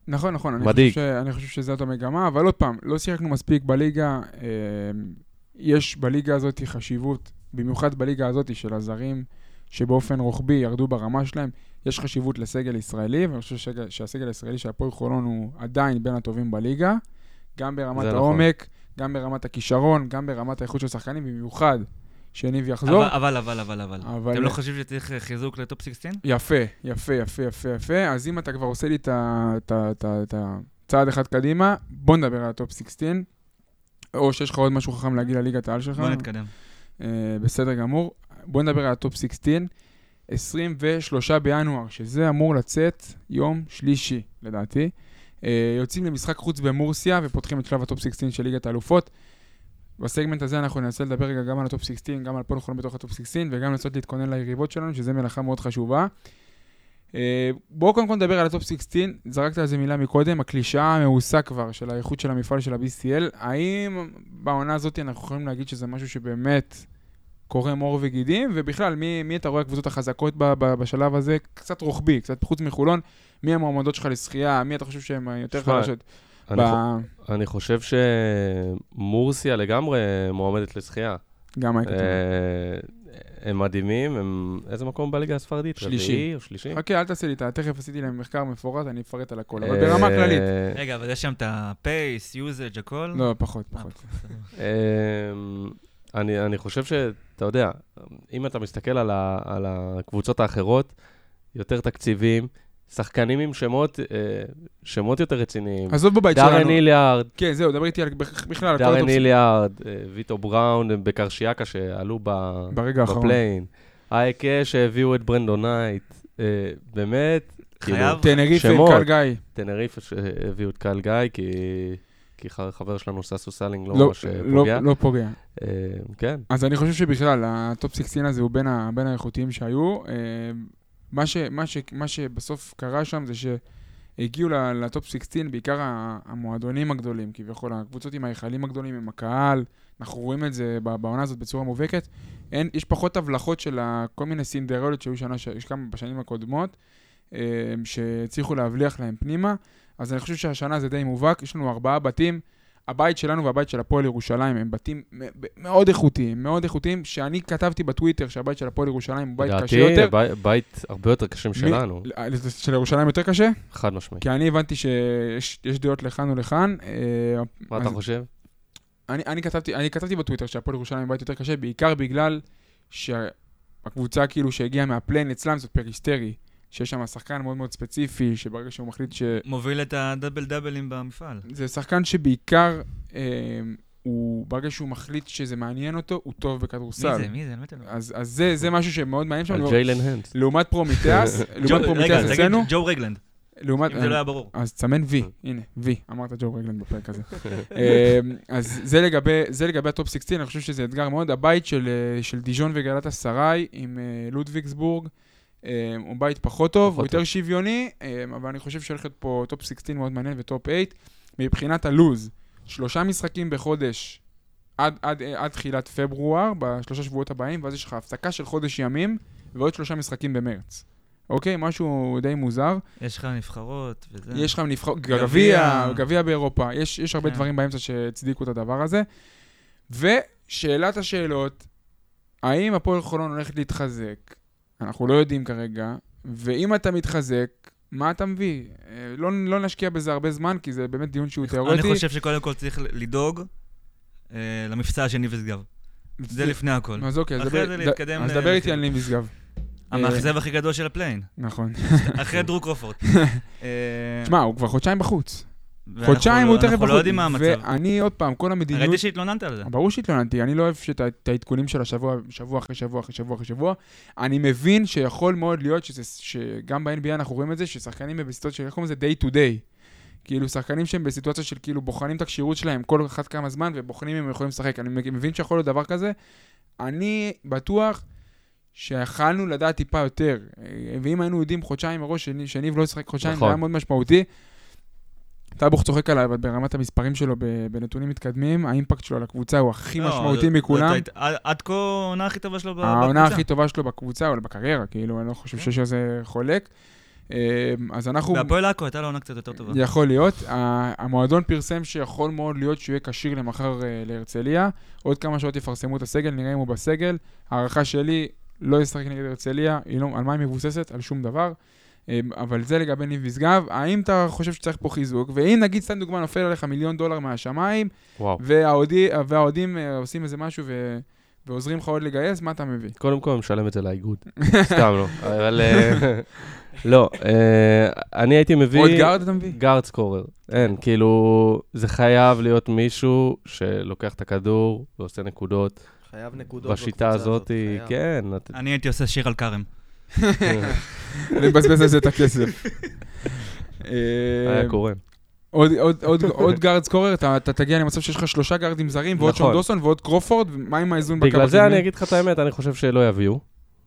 נכון, נכון, אני מדאיג. חושב, ש... אני חושב שזאת המגמה, אבל עוד פעם, לא שיחקנו מספיק בליגה, אה, יש בליגה הזאת חשיבות, במיוחד בליגה הזאת של הזרים, שבאופן רוחבי ירדו ברמה שלהם, יש חשיבות לסגל ישראלי, ואני חושב שסגל, שהסגל הישראלי של הפועל חולון הוא עדיין בין הטובים בליגה, גם ברמת העומק, נכון. גם ברמת הכישרון, גם ברמת האיכות של שחקנים, במיוחד שניב יחזור. אבל, אבל, אבל, אבל. אבל... אתם לא חושבים שצריך חיזוק לטופ שש עשרה? יפה, יפה, יפה, יפה, יפה. אז אם אתה כבר עושה לי את הצעד אחד קדימה, בוא נדבר על הטופ שש עשרה, או שיש לך עוד משהו חכם להגיד לליגת העל שלך. בוא נתקדם. בסדר גמור. בוא נדבר על הטופ שש עשרה. עשרים ושלושה בינואר, שזה אמור לצאת יום שלישי, לדעתי. יוצאים למשחק חוץ במורסיה, ופותחים את שלב הטופ שש עשרה של ליגת האלופות. בסגמנט הזה אנחנו ננסה לדבר רגע גם על הטופ שש עשרה, גם על הפועל חולון בתוך הטופ שש עשרה, וגם לנסות להתכונן ליריבות שלנו, שזה מלאכה מאוד חשובה. בואו קודם כל נדבר על הטופ שש עשרה, זרקת על זה מילה מקודם, הקלישאה המאוסה כבר של האיכות של המפעל של ה-בי סי אל, האם בעונה הזאת אנחנו יכולים להגיד שזה משהו שבאמת קורא מור וגידים, ובכלל, מי, מי אתה רואה הקבוצות החזקות ב- ב- בשלב הזה? קצת רוחבי, קצת חוץ מחולון, מי המועמדות שלך לשחייה, מי אתה חושב שהן יותר חלשות? אני, ב... ח... אני חושב שמורסיה לגמרי מועמדת לשחייה. גם היית. הם מדהימים, הם איזה מקום בליגה הספרדית? שלישי. או שלישי? חכה, אל תעשה לי, תכף עשיתי להם מחקר מפורט, אני אפרט על הכל, אבל ברמה כללית. רגע, אבל יש שם את הפייס, יוזג' הכל? לא, פחות, פחות. אני, אני חושב שאתה יודע, אם אתה מסתכל על, ה, על הקבוצות האחרות, יותר תקציבים, שחקנים עם שמות, שמות יותר רציניים. עזוב בבית שלנו. דארן איליארד. כן, זהו, דבר איתי בכלל. דארן איליארד, ויטו בראון בקרשיאקה שעלו ברגע האחרון. בפליין. אייקה שהביאו את ברנדון נייט. באמת. חייב. תנריפה עם קל גיא. תנריפה שהביאו את קל גיא, כי... כי חבר שלנו ססו סלינג לא ממש פוגע. לא פוגע. כן. אז אני חושב שבכלל, הטופ שש עשרה הזה הוא בין האיכותיים שהיו. מה שבסוף קרה שם זה שהגיעו לטופ שש עשרה בעיקר המועדונים הגדולים, כביכול הקבוצות עם ההיכלים הגדולים, עם הקהל, אנחנו רואים את זה בעונה הזאת בצורה מובהקת. יש פחות הבלחות של כל מיני סינדרלות שהיו שנה, יש כמה בשנים הקודמות, שהצליחו להבליח להם פנימה. אז אני חושב שהשנה זה די מובהק, יש לנו ארבעה בתים, הבית שלנו והבית של הפועל ירושלים הם בתים מאוד איכותיים, מאוד איכותיים, שאני כתבתי בטוויטר שהבית של הפועל ירושלים הוא בית קשה יותר. לדעתי, בית הרבה יותר קשה משלנו. של ירושלים יותר קשה? חד משמעי. כי אני הבנתי שיש דעות לכאן ולכאן. מה אתה חושב? אני כתבתי בטוויטר שהפועל ירושלים הוא בית יותר קשה, בעיקר בגלל שהקבוצה כאילו שהגיעה מהפליין אצלם זאת פריסטרי. שיש שם שחקן מאוד מאוד ספציפי, שברגע שהוא מחליט ש... מוביל את הדאבל דאבלים במפעל. זה שחקן שבעיקר, אה, הוא, ברגע שהוא מחליט שזה מעניין אותו, הוא טוב בכדורסל. מי זה? מי זה? אז, אז זה, זה משהו שמאוד מעניין שם. על ג'יילן הנס. לעומת פרומיטאס, לעומת פרומיטאס אצלנו. ג'ו רגלנד. לעומת... אם זה לא היה ברור. אז צמן וי, הנה, וי, אמרת ג'ו רגלנד בפרק הזה. אז זה לגבי, זה לגבי הטופ שש עשרה, אני חושב שזה אתגר מאוד. הבית של, של דיז'ון וגלת אסריי עם לודוויגסבורג, הוא בית פחות טוב, הוא יותר שוויוני, אבל אני חושב שהולכת פה טופ שש עשרה מאוד מעניין וטופ שמונה. מבחינת הלוז, שלושה משחקים בחודש עד, עד, עד תחילת פברואר, בשלושה שבועות הבאים, ואז יש לך הפסקה של חודש ימים, ועוד שלושה משחקים במרץ. אוקיי? משהו די מוזר. יש לך נבחרות וזה. יש לך נבחרות, גביע, גביע באירופה. יש, יש הרבה דברים באמצע שהצדיקו את הדבר הזה. ושאלת השאלות, האם הפועל חולון הולכת להתחזק? אנחנו לא יודעים כרגע, ואם אתה מתחזק, מה אתה מביא? לא, לא נשקיע בזה הרבה זמן, כי זה באמת דיון שהוא תיאורטי. אני חושב שקודם כל צריך לדאוג אה, למבצע של ניב ושגב. זה לפני הכל. אז אוקיי, אחרי זה להתקדם... אז דבר איתי על ניב ושגב. המאכזב הכי גדול של הפליין. נכון. אחרי דרו קרופורט. תשמע, הוא כבר חודשיים בחוץ. חודשיים הוא תכף בחוץ. אנחנו לא יודעים מה המצב. ואני עוד פעם, כל המדיניות... ראיתי שהתלוננת על זה. ברור שהתלוננתי, אני לא אוהב את העדכונים של השבוע, שבוע אחרי שבוע אחרי שבוע אחרי שבוע. אני מבין שיכול מאוד להיות שגם ב-אן בי איי אנחנו רואים את זה, ששחקנים בסיטואציה של, איך קוראים לזה, day to day. כאילו, שחקנים שהם בסיטואציה של כאילו בוחנים את הקשירות שלהם כל אחד כמה זמן, ובוחנים אם הם יכולים לשחק. אני מבין שיכול להיות דבר כזה. אני בטוח שיכלנו לדעת טיפה יותר. ואם היינו יודעים חודשיים מראש, שניב לא ישחק חודשיים, זה היה מאוד משמעותי. טאבוך צוחק עליי, אבל ברמת המספרים שלו בנתונים מתקדמים, האימפקט שלו על הקבוצה הוא הכי משמעותי מכולם. עד כה העונה הכי טובה שלו בקבוצה. העונה הכי טובה שלו בקבוצה, או בקריירה, כאילו, אני לא חושב שיש איזה חולק. אז אנחנו... והפועל עכו הייתה לו עונה קצת יותר טובה. יכול להיות. המועדון פרסם שיכול מאוד להיות שהוא יהיה כשיר למחר להרצליה. עוד כמה שעות יפרסמו את הסגל, נראה אם הוא בסגל. הערכה שלי לא ישחק נגד הרצליה, על מה היא מבוססת? על שום דבר. אבל זה לגבי ניב משגב. האם אתה חושב שצריך פה חיזוק? ואם נגיד סתם דוגמה נופל עליך מיליון דולר מהשמיים, והאוהדים עושים איזה משהו ו... ועוזרים לך עוד לגייס, מה אתה מביא? קודם כל, משלם את זה לאיגוד. סתם לא. אבל... לא, אני הייתי מביא... עוד גארד אתה מביא? גארד סקורר. אין, כאילו, זה חייב להיות מישהו שלוקח את הכדור ועושה נקודות. חייב נקודות. בשיטה הזאת, כן. אני הייתי עושה שיר על קרם. לבזבז על זה את הכסף. היה קורן. עוד גארד סקורר, אתה תגיע למצב שיש לך שלושה גארדים זרים, ועוד שון דוסון, ועוד קרופורד, מה עם האיזון בקו? בגלל זה אני אגיד לך את האמת, אני חושב שלא יביאו.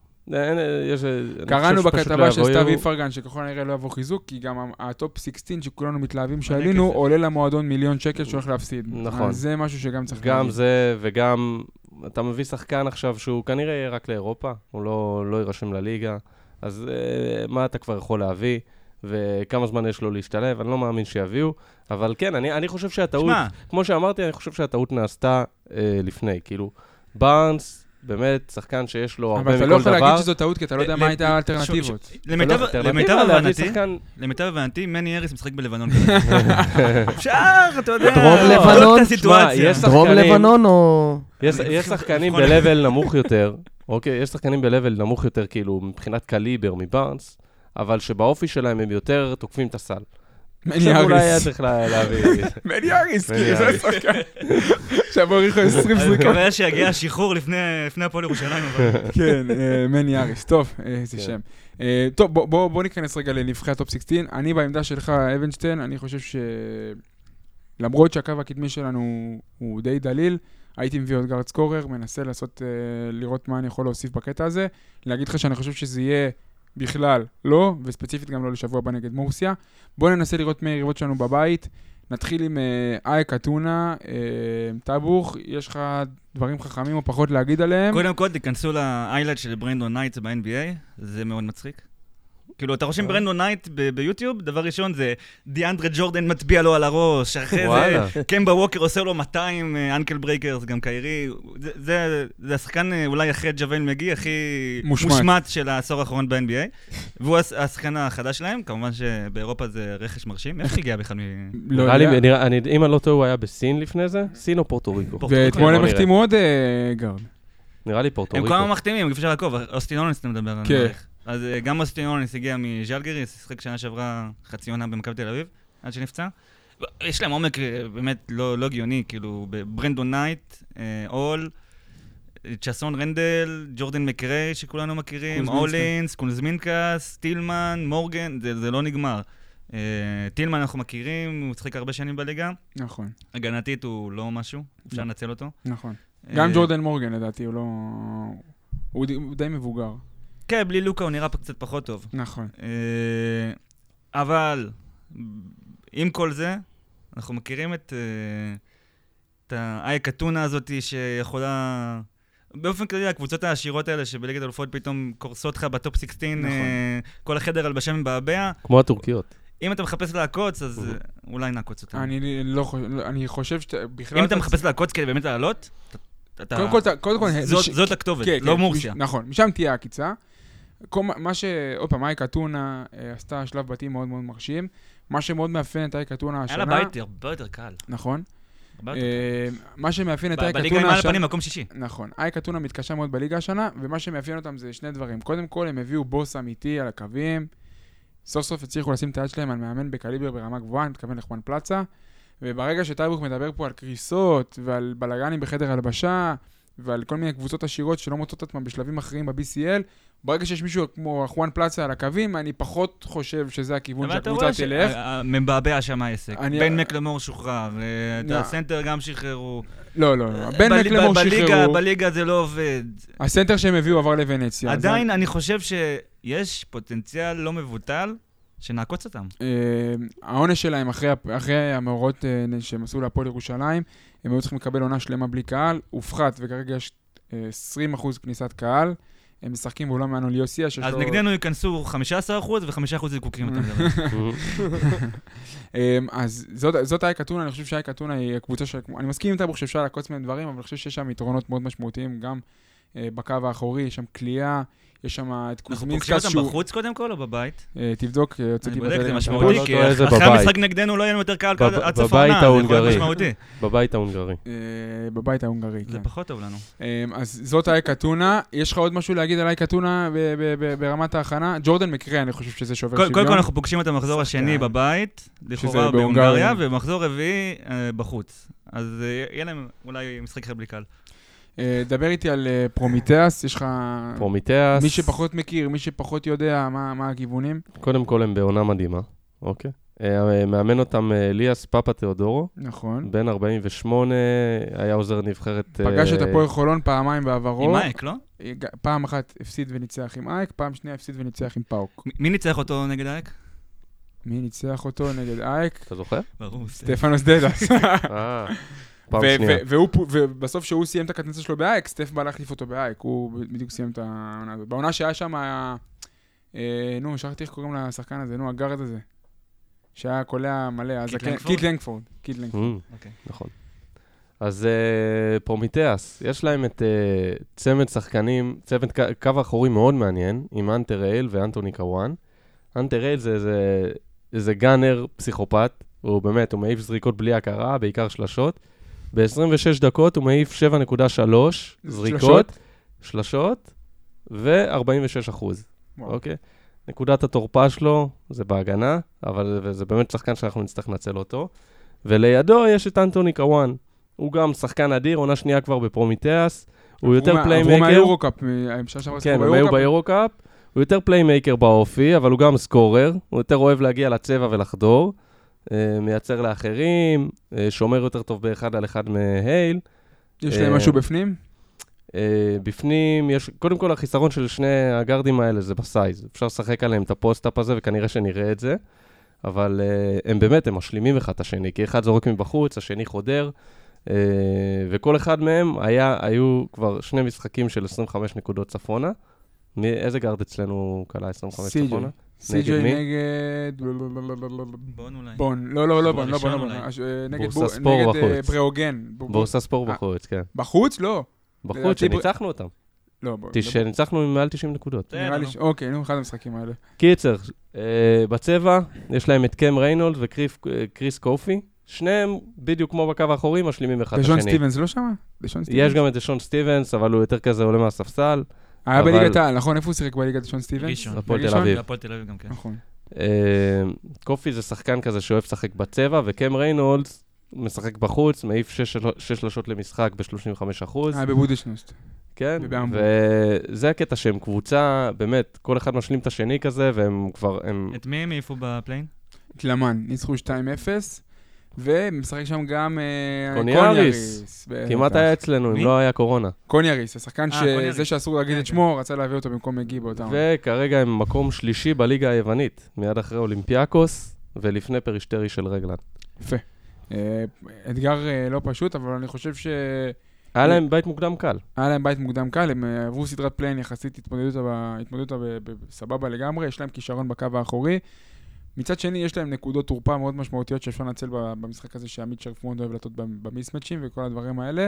קראנו בכתבה של סתיו איפרגן, שככל הנראה לא יבוא חיזוק, כי גם הטופ שש עשרה שכולנו מתלהבים שעלינו, עולה למועדון מיליון שקל שהולך להפסיד. נכון. זה משהו שגם צריך... גם זה, וגם אתה מביא שחקן עכשיו שהוא כנראה יהיה רק לאירופה, הוא לא יירשם לליגה, אז מה אתה כבר יכול להביא? וכמה זמן יש לו להשתלב, אני לא מאמין שיביאו, אבל כן, אני, אני חושב שהטעות, כמו שאמרתי, אני חושב שהטעות נעשתה אה, לפני, כאילו, בארנס, באמת, שחקן שיש לו הרבה מכל דבר. אבל אתה לא יכול להגיד שזו טעות, כי אתה לא יודע מה הייתה האלטרנטיבות. למיטב הבנתי, מני אריס משחק בלבנון. אפשר, אתה יודע, דרום לבנון, דרום לבנון או... יש שחקנים בלבל נמוך יותר, אוקיי, יש שחקנים בלבל נמוך יותר, כאילו, מבחינת קליבר מבארנס, אבל שבאופי שלהם הם יותר תוקפים את הסל. מני אריס. אולי היה צריך להביא... מני אריס, כי זה שחקן. עכשיו הוריחו עשרים זריקות. אני מקווה שיגיע השחרור לפני הפועל ירושלים. כן, מני אריס. טוב, איזה שם. טוב, בוא ניכנס רגע לנבחרי הטופ שש עשרה. אני בעמדה שלך, אבנשטיין, אני חושב ש... למרות שהקו הקדמי שלנו הוא די דליל, הייתי מביא עוד גארד סקורר, מנסה לעשות, לראות מה אני יכול להוסיף בקטע הזה. להגיד לך שאני חושב שזה יהיה בכלל לא, וספציפית גם לא לשבוע הבא נגד מורסיה. בואו ננסה לראות מי היריבות שלנו בבית. נתחיל עם אייק אתונה, טאבוך, יש לך דברים חכמים או פחות להגיד עליהם? קודם כל, תיכנסו לאיילייט של ברנדון נייט ב-אן בי איי, זה מאוד מצחיק. כאילו, אתה רושם ברנדון נייט ביוטיוב, דבר ראשון זה דיאנדרה ג'ורדן מטביע לו על הראש, אחרי זה קמבה ווקר עושה לו מאתיים אנקל ברייקרס, גם קיירי, זה השחקן אולי אחרי ג'וון מגי, הכי מושמט של העשור האחרון ב-אן בי איי, והוא השחקן החדש שלהם, כמובן שבאירופה זה רכש מרשים, איך הגיע בכלל מ... אם אני לא טועה, הוא היה בסין לפני זה, סין או פורטו ריקו. ואתמול הם החתימו עוד גארד. נראה לי פורטו ריקו. הם כמה מחתימים, אפשר לעקוב, אוסטינונס אתה מדבר על מערך. אז גם אוסטינונס הגיע מז'לגיריס, שחק שנה שעברה חצי עונה במכבי תל אביב, עד שנפצע. יש להם עומק באמת לא הגיוני, כאילו ברנדון נייט, אול, צ'סון רנדל, ג'ורדן מקרי שכולנו מכירים, אולינס, קונזמינקס, טילמן, מורגן, זה לא נגמר. טילמן אנחנו מכירים, הוא שחק הרבה שנים בליגה. נכון. הגנתית הוא לא משהו, אפשר לנצל אותו. נכון. גם ג'ורדן מורגן לדעתי, הוא לא... הוא די מבוגר. כן, בלי לוקה הוא נראה קצת פחות טוב. נכון. אבל, עם כל זה, אנחנו מכירים את האייק אתונה הזאת שיכולה... באופן כללי, הקבוצות העשירות האלה שבליגת האלופות פתאום קורסות לך בטופ שש עשרה, כל החדר על בשם מבעבע. כמו הטורקיות. אם אתה מחפש לעקוץ, אז אולי נעקוץ אותם. אני לא חושב, אני חושב שבכלל... אם אתה מחפש לעקוץ כדי באמת לעלות, קודם כל... זאת הכתובת, לא מורסיה. נכון, משם תהיה הקיצה. מה ש... עוד פעם, אייק אתונה עשתה שלב בתים מאוד מאוד מרשים. מה שמאוד מאפיין את אייק אתונה השנה... היה לה בית הרבה יותר קל. נכון. מה שמאפיין את אייק אתונה... בליגה עם על הפנים מקום שישי. נכון. אייק אתונה מתקשה מאוד בליגה השנה, ומה שמאפיין אותם זה שני דברים. קודם כל, הם הביאו בוס אמיתי על הקווים. סוף סוף הצליחו לשים את היד שלהם על מאמן בקליבר ברמה גבוהה, אני מתכוון לחואן פלצה. וברגע שטייבוך מדבר פה על קריסות ועל בלגנים בחדר הלבשה, ועל כל מיני קבוצות עשירות שלא מוצאות עצמם בשלבים אחרים ב-בי סי אל, ברגע שיש מישהו כמו חואן פלצה על הקווים, אני פחות חושב שזה הכיוון שהקבוצה תלך. מבעבע שם העסק. בן מקלמור שוחרר, הסנטר גם שחררו. לא, לא, בן מקלמור שחררו. בליגה זה לא עובד. הסנטר שהם הביאו עבר לוונציה. עדיין אני חושב שיש פוטנציאל לא מבוטל שנעקוץ אותם. העונש שלהם אחרי המאורות שהם עשו להפועל ירושלים, הם היו צריכים לקבל עונה שלמה בלי קהל, הופחת, וכרגע יש עשרים אחוז כניסת קהל, הם משחקים באולם האנוליוסיה. אז נגדנו ייכנסו חמישה עשר אחוז ו-חמישה אחוז זיקוקים. אז זאת אייק אתונה, אני חושב שאייק אתונה היא הקבוצה ש... אני מסכים עם טייבוך שאפשר לעקוץ מהם דברים, אבל אני חושב שיש שם יתרונות מאוד משמעותיים, גם בקו האחורי, יש שם קליעה, יש שם את קוזמינסקס שהוא... אנחנו פוגשים אותם בחוץ קודם כל או בבית? תבדוק, יוצאתי בטלגרם. זה משמעותי, כי אחרי המשחק נגדנו לא יהיה לנו יותר קהל עד סוף העונה, זה יכול להיות משמעותי. בבית ההונגרי. בבית ההונגרי, כן. זה פחות טוב לנו. אז זאת אייק אתונה. יש לך עוד משהו להגיד על אייק אתונה ברמת ההכנה? ג'ורדן מקרה, אני חושב שזה שובר שוויון. קודם כל אנחנו פוגשים את המחזור השני בבית, לכאורה בהונגריה, ומחזור רביעי בחוץ. אז יהיה להם אולי משחק אחר בלי קהל. דבר איתי על פרומיתאס, יש לך... פרומיתאס... מי שפחות מכיר, מי שפחות יודע מה, מה הכיוונים? קודם כל הם בעונה מדהימה, אוקיי. מאמן אותם ליאס פאפה תיאודורו. נכון. בן ארבעים ושמונה, היה עוזר נבחרת... פגש את הפועל חולון פעמיים בעברו. עם אייק, לא? פעם אחת הפסיד וניצח עם אייק, פעם שנייה הפסיד וניצח עם פאוק. מי ניצח אותו נגד אייק? מי ניצח אותו נגד אייק? אתה זוכר? ברור. סטפנוס דדס. אה... ובסוף שהוא סיים את הקדנציה שלו באייק, סטף בא להחליף אותו באייק, הוא בדיוק סיים את העונה הזאת. בעונה שהיה שם היה, נו, שכחתי איך קוראים לשחקן הזה, נו, הגארד הזה, שהיה קולע מלא, קיט לנגפורד. קיט לנגפורד. נכון. אז פרומיתאס, יש להם את צמד שחקנים, צמד קו אחורי מאוד מעניין, עם אנטר אייל ואנטוני קוואן. אנטר אייל זה איזה גאנר פסיכופת, הוא באמת, הוא מעיף זריקות בלי הכרה, בעיקר שלשות. ב-עשרים ושש דקות הוא מעיף שבע נקודה שלוש זריקות, שלשות, ו-ארבעים ושש אחוז. אוקיי? נקודת התורפה שלו זה בהגנה, אבל זה באמת שחקן שאנחנו נצטרך לנצל אותו. ולידו יש את אנטוני קוואן. הוא גם שחקן אדיר, עונה שנייה כבר בפרומיתאס. הוא יותר פליימייקר. עברו מהיורוקאפ. כן, הם היו ביורוקאפ. הוא יותר פליימייקר באופי, אבל הוא גם סקורר. הוא יותר אוהב להגיע לצבע ולחדור. מייצר לאחרים, שומר יותר טוב באחד על אחד מהייל. יש להם משהו בפנים? בפנים, יש, קודם כל החיסרון של שני הגארדים האלה זה בסייז. אפשר לשחק עליהם את הפוסט-אפ הזה, וכנראה שנראה את זה. אבל הם באמת, הם משלימים אחד את השני, כי אחד זורק מבחוץ, השני חודר, וכל אחד מהם היה, היו כבר שני משחקים של עשרים וחמש נקודות צפונה. איזה גארד אצלנו קלה עשרים וחמש צפונה? סי.ג'יי נגד... בון אולי. בון, לא, לא, לא בון, לא בון. נגד בראוגן. בורסה ספור בחוץ, כן. בחוץ? לא. בחוץ, שניצחנו אותם. לא, בון. שניצחנו עם מעל תשעים נקודות. נראה לי ש... אוקיי, נו, אחד המשחקים האלה. קיצר, בצבע, יש להם את קם ריינולד וקריס קופי. שניהם, בדיוק כמו בקו האחורי, משלימים אחד השני. דשון סטיבנס לא שם? יש גם את דשון סטיבנס, אבל הוא יותר כזה עולה מהספסל. היה בליגת העל, נכון? איפה הוא שיחק בליגת דשון סטיבנס? ראשון. הפועל תל אביב. הפועל תל אביב גם כן. נכון. קופי זה שחקן כזה שאוהב לשחק בצבע, וקם ריינולדס משחק בחוץ, מעיף שש שלשות למשחק ב-שלושים וחמישה אחוז. היה בבודשנוסט. כן, וזה הקטע שהם קבוצה, באמת, כל אחד משלים את השני כזה, והם כבר... את מי הם העיפו בפליין? תלמן, ניצחו שתיים אפס. ומשחק שם גם קוניאריס. כמעט היה אצלנו, אם לא היה קורונה. קוניאריס, השחקן שזה שאסור להגיד את שמו, רצה להביא אותו במקום מגי באותה. וכרגע הם מקום שלישי בליגה היוונית, מיד אחרי אולימפיאקוס, ולפני פרישטרי של רגלן. יפה. אתגר לא פשוט, אבל אני חושב ש... היה להם בית מוקדם קל. היה להם בית מוקדם קל, הם עברו סדרת פליין יחסית, התמודדות סבבה לגמרי, יש להם כישרון בקו האחורי. מצד שני, יש להם נקודות תורפה מאוד משמעותיות שאפשר לנצל במשחק הזה שעמית שרף מאוד אוהב לטות במיסמצ'ים וכל הדברים האלה.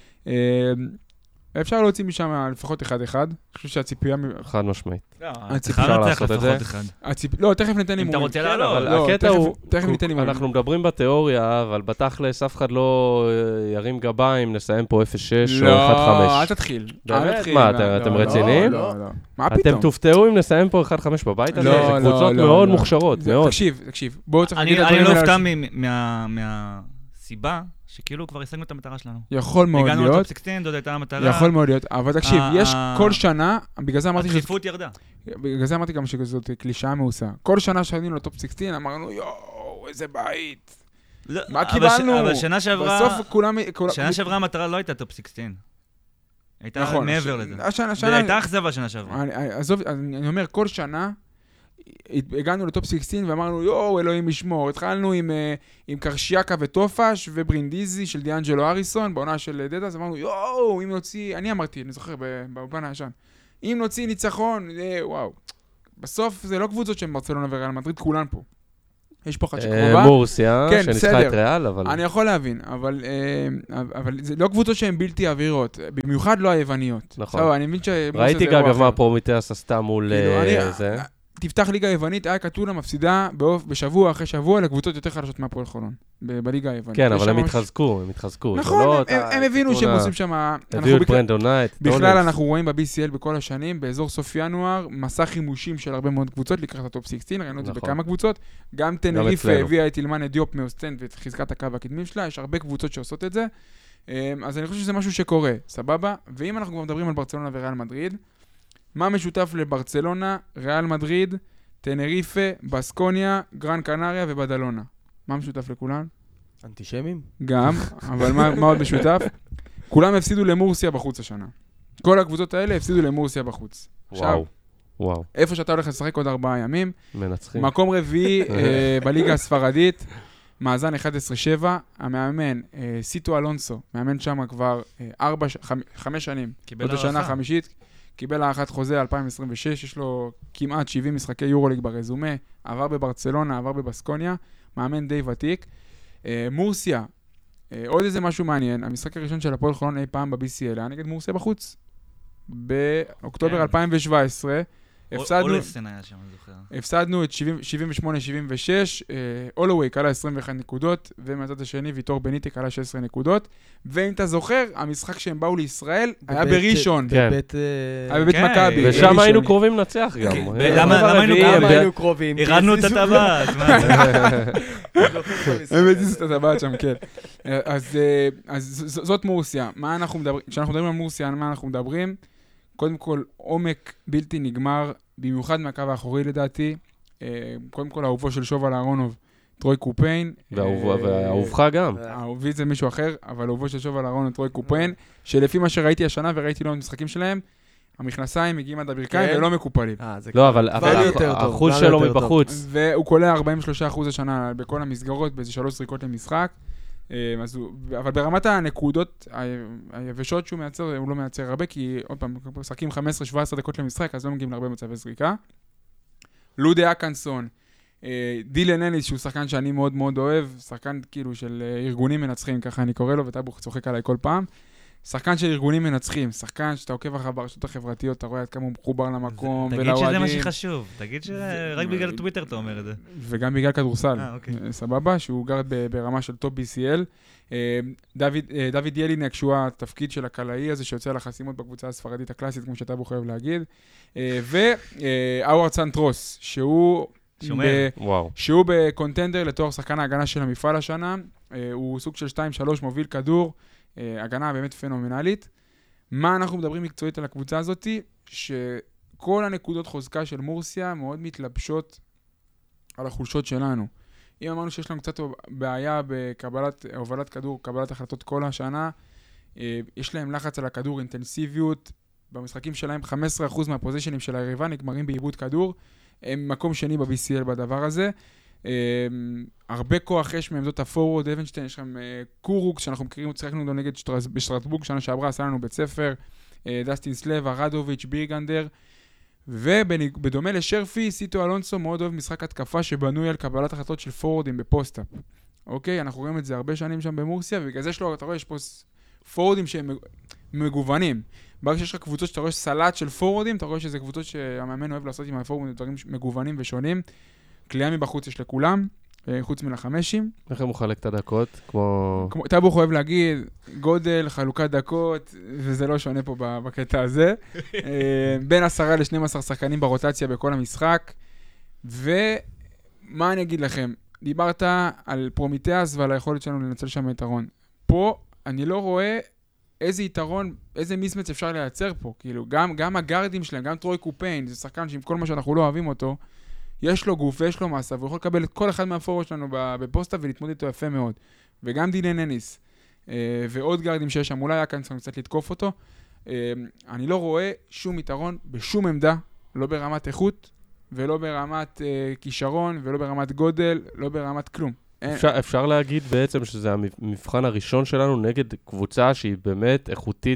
אפשר להוציא משם לפחות אחד-אחד. אני חושב שהציפייה... חד משמעית. אפשר לעשות את זה. לא, תכף ניתן אם אתה רוצה לעלות. אבל הקטע הוא... תכף ניתן אימונים. אנחנו מדברים בתיאוריה, אבל בתכלס אף אחד לא ירים גביים, נסיים פה אפס שש או אחת חמש. לא, אל תתחיל. באמת? מה, אתם רציניים? לא, לא. מה פתאום? אתם תופתעו אם נסיים פה אחת חמש בבית הזה? זה קבוצות מאוד מוכשרות, מאוד. תקשיב, תקשיב. בואו צריך להגיד את הדברים האלה. אני לא אופתע מהסיבה שכאילו כבר השגנו את המטרה שלנו. יכול מאוד להיות. הגענו לטופ שש עשרה, זאת הייתה המטרה. יכול מאוד להיות. אבל תקשיב, יש כל שנה, בגלל זה אמרתי... הדחיפות ירדה. בגלל זה אמרתי גם שזאת קלישאה מעושה. כל שנה שהיינו לטופ שש עשרה, אמרנו, יואו, איזה בית. מה קיבלנו? אבל שנה שעברה... בסוף כולם... שנה שעברה המטרה לא הייתה טופ שש עשרה. הייתה מעבר לזה. הייתה אכזבה שנה שעברה. עזוב, אני אומר, כל שנה... הגענו לטופ שש עשרה ואמרנו, יואו, אלוהים ישמור. התחלנו עם, עם קרשיאקה וטופש וברינדיזי של דיאנג'לו אריסון, בעונה של דדה, אז אמרנו, יואו, אם נוציא, אני אמרתי, אני זוכר, באולפן הישן, אם נוציא ניצחון, וואו. בסוף זה לא קבוצות שהן ברצלונה וריאל מדריד, כולן פה. יש פה אחת שקרובה. מורסיה, שניצחה את ריאל, אבל... אני יכול להבין, אבל זה לא קבוצות שהן בלתי עבירות, במיוחד לא היווניות. נכון. ראיתי גם מה פרומיטאס עשתה מול זה. תפתח ליגה היוונית, היה קטונה מפסידה בשבוע אחרי שבוע לקבוצות יותר חדשות מהפועל חולון, בליגה היוונית. כן, אבל הם התחזקו, הם התחזקו. נכון, הם הבינו שהם עושים שם... הביאו את ברנדון נייט. בכלל אנחנו רואים ב-בי סי אל בכל השנים, באזור סוף ינואר, מסע חימושים של הרבה מאוד קבוצות, לקראת הטופ שש עשרה, ראינו את זה בכמה קבוצות. גם תנריפה הביאה את אילמן דיופ מאוסטנד ואת חזקת הקו הקדמים שלה, יש הרבה קבוצות שעושות את זה. אז אני חושב שזה משהו שקורה, סבבה? ואם אנחנו כבר מדברים על ברצלונה וריאל מדריד, מה משותף לברצלונה, ריאל מדריד, טנריפה, בסקוניה, גרן קנריה ובדלונה? מה משותף לכולם? אנטישמים? גם, אבל מה, מה עוד משותף? כולם הפסידו למורסיה בחוץ השנה. כל הקבוצות האלה הפסידו למורסיה בחוץ. וואו, עכשיו, וואו. איפה שאתה הולך לשחק עוד ארבעה ימים, מנצחים. מקום רביעי אה, בליגה הספרדית, מאזן אחת עשרה שבע, המאמן, אה, סיטו אלונסו, מאמן שם כבר אה, ארבע, חמ, חמש שנים. קיבל הערכה. השנה החמישית. קיבל הארכת חוזה אלפיים עשרים ושש, יש לו כמעט שבעים משחקי יורוליג ברזומה, עבר בברצלונה, עבר בבסקוניה, מאמן די ותיק. אה, מורסיה, אה, עוד איזה משהו מעניין, המשחק הראשון של הפועל חולון אי פעם ב-בי סי אל היה נגד מורסיה בחוץ. באוקטובר אלפיים שבע עשרה, הפסדנו... אולסן היה שם, אני זוכר. הפסדנו את שבעים ושמונה שבעים ושש, אולווי קלה עשרים ואחת נקודות, ומהצד השני ויטור בניטי קלה שש עשרה נקודות, ואם אתה זוכר, המשחק שהם באו לישראל היה בראשון. בבית... היה בבית מכבי. ושם היינו קרובים לנצח גם. למה היינו קרובים? הרדנו את הטבעת. הם הזיזו את הטבעת שם, כן. אז זאת מורסיה. מה אנחנו מדברים? כשאנחנו מדברים על מורסיה, על מה אנחנו מדברים? קודם כל, עומק בלתי נגמר, במיוחד מהקו האחורי לדעתי. קודם כל, אהובו של שובל אהרונוב, טרוי קופיין. ואהובך גם. אהובי זה מישהו אחר, אבל אהובו של שובל אהרונוב, טרוי קופיין, שלפי מה שראיתי השנה וראיתי לא משחקים שלהם, המכנסיים מגיעים עד הברכיים ולא מקופלים. לא, אבל האחוז שלו מבחוץ. והוא קולע ארבעים ושלושה אחוז השנה בכל המסגרות, באיזה שלוש זריקות למשחק. אבל ברמת הנקודות היבשות שהוא מייצר, הוא לא מייצר הרבה, כי עוד פעם, משחקים חמש עשרה שבע עשרה דקות למשחק, אז לא מגיעים להרבה מצבי זריקה. לודי אקנסון, דילן אניס, שהוא שחקן שאני מאוד מאוד אוהב, שחקן כאילו של ארגונים מנצחים, ככה אני קורא לו, וטאבוך צוחק עליי כל פעם. שחקן של ארגונים מנצחים, שחקן שאתה עוקב אחריו ברשתות החברתיות, אתה רואה עד כמה הוא מחובר למקום ולאוהדים. תגיד שזה מה שחשוב, תגיד שרק בגלל טוויטר אתה אומר את זה. וגם בגלל כדורסל, סבבה, שהוא גרד ברמה של טופ בי סי אל. דוד ילינק, שהוא התפקיד של הקלעי הזה, שיוצא לחסימות בקבוצה הספרדית הקלאסית, כמו שאתה חייב להגיד. ואווארד סנטרוס, שהוא... שהוא בקונטנדר לתואר שחקן ההגנה של המפעל השנה. הוא סוג של שתיים שלוש מוביל כדור. הגנה באמת פנומנלית. מה אנחנו מדברים מקצועית על הקבוצה הזאת? שכל הנקודות חוזקה של מורסיה מאוד מתלבשות על החולשות שלנו. אם אמרנו שיש לנו קצת בעיה בקבלת, הובלת כדור, קבלת החלטות כל השנה, יש להם לחץ על הכדור, אינטנסיביות. במשחקים שלהם חמישה עשר אחוז מהפוזישנים של היריבה נגמרים בעיבוד כדור. הם מקום שני ב-בי סי אל בדבר הזה. Uh, הרבה כוח יש מעמדות הפורוורד, אבנשטיין, יש שם uh, קורוקס, שאנחנו מכירים, צחקנו אותו נגד שטרס, בשטרסבורג, שנה שעברה עשה לנו בית ספר, uh, דסטין סלבה, רדוביץ', בירגנדר, ובדומה לשרפי, סיטו אלונסו מאוד אוהב משחק התקפה שבנוי על קבלת החלטות של פורורדים בפוסט-אפ. אוקיי, אנחנו רואים את זה הרבה שנים שם במורסיה, ובגלל זה שלו, אתה רואה, יש פה פורורדים שהם מגוונים. ברגע שיש לך קבוצות שאתה רואה סלט של פורורדים, אתה רואה שזה קבוצות שהמאמן אוהב לעשות עם הפורורדים דברים מגוונים ושונים. קליעה מבחוץ יש לכולם, חוץ מלחמשים. איך הוא מחלק את הדקות? כמו... טאבוך אוהב להגיד, גודל, חלוקת דקות, וזה לא שונה פה בקטע הזה. בין עשרה ל-שנים עשר שחקנים ברוטציה בכל המשחק. ומה אני אגיד לכם? דיברת על פרומיטאס ועל היכולת שלנו לנצל שם יתרון. פה אני לא רואה איזה יתרון, איזה מיסמץ אפשר לייצר פה. כאילו, גם, גם הגארדים שלהם, גם טרוי קופיין, זה שחקן שעם כל מה שאנחנו לא אוהבים אותו, יש לו גוף ויש לו מסה, והוא יכול לקבל את כל אחד מהפורוורד שלנו בפוסטה ולהתמוד איתו יפה מאוד. וגם דילן אניס, ועוד גארדים שיש שם, אולי היה כאן קצת לתקוף אותו. אני לא רואה שום יתרון בשום עמדה, לא ברמת איכות, ולא ברמת כישרון, ולא ברמת גודל, לא ברמת כלום. אפשר, אפשר להגיד בעצם שזה המבחן הראשון שלנו נגד קבוצה שהיא באמת איכותית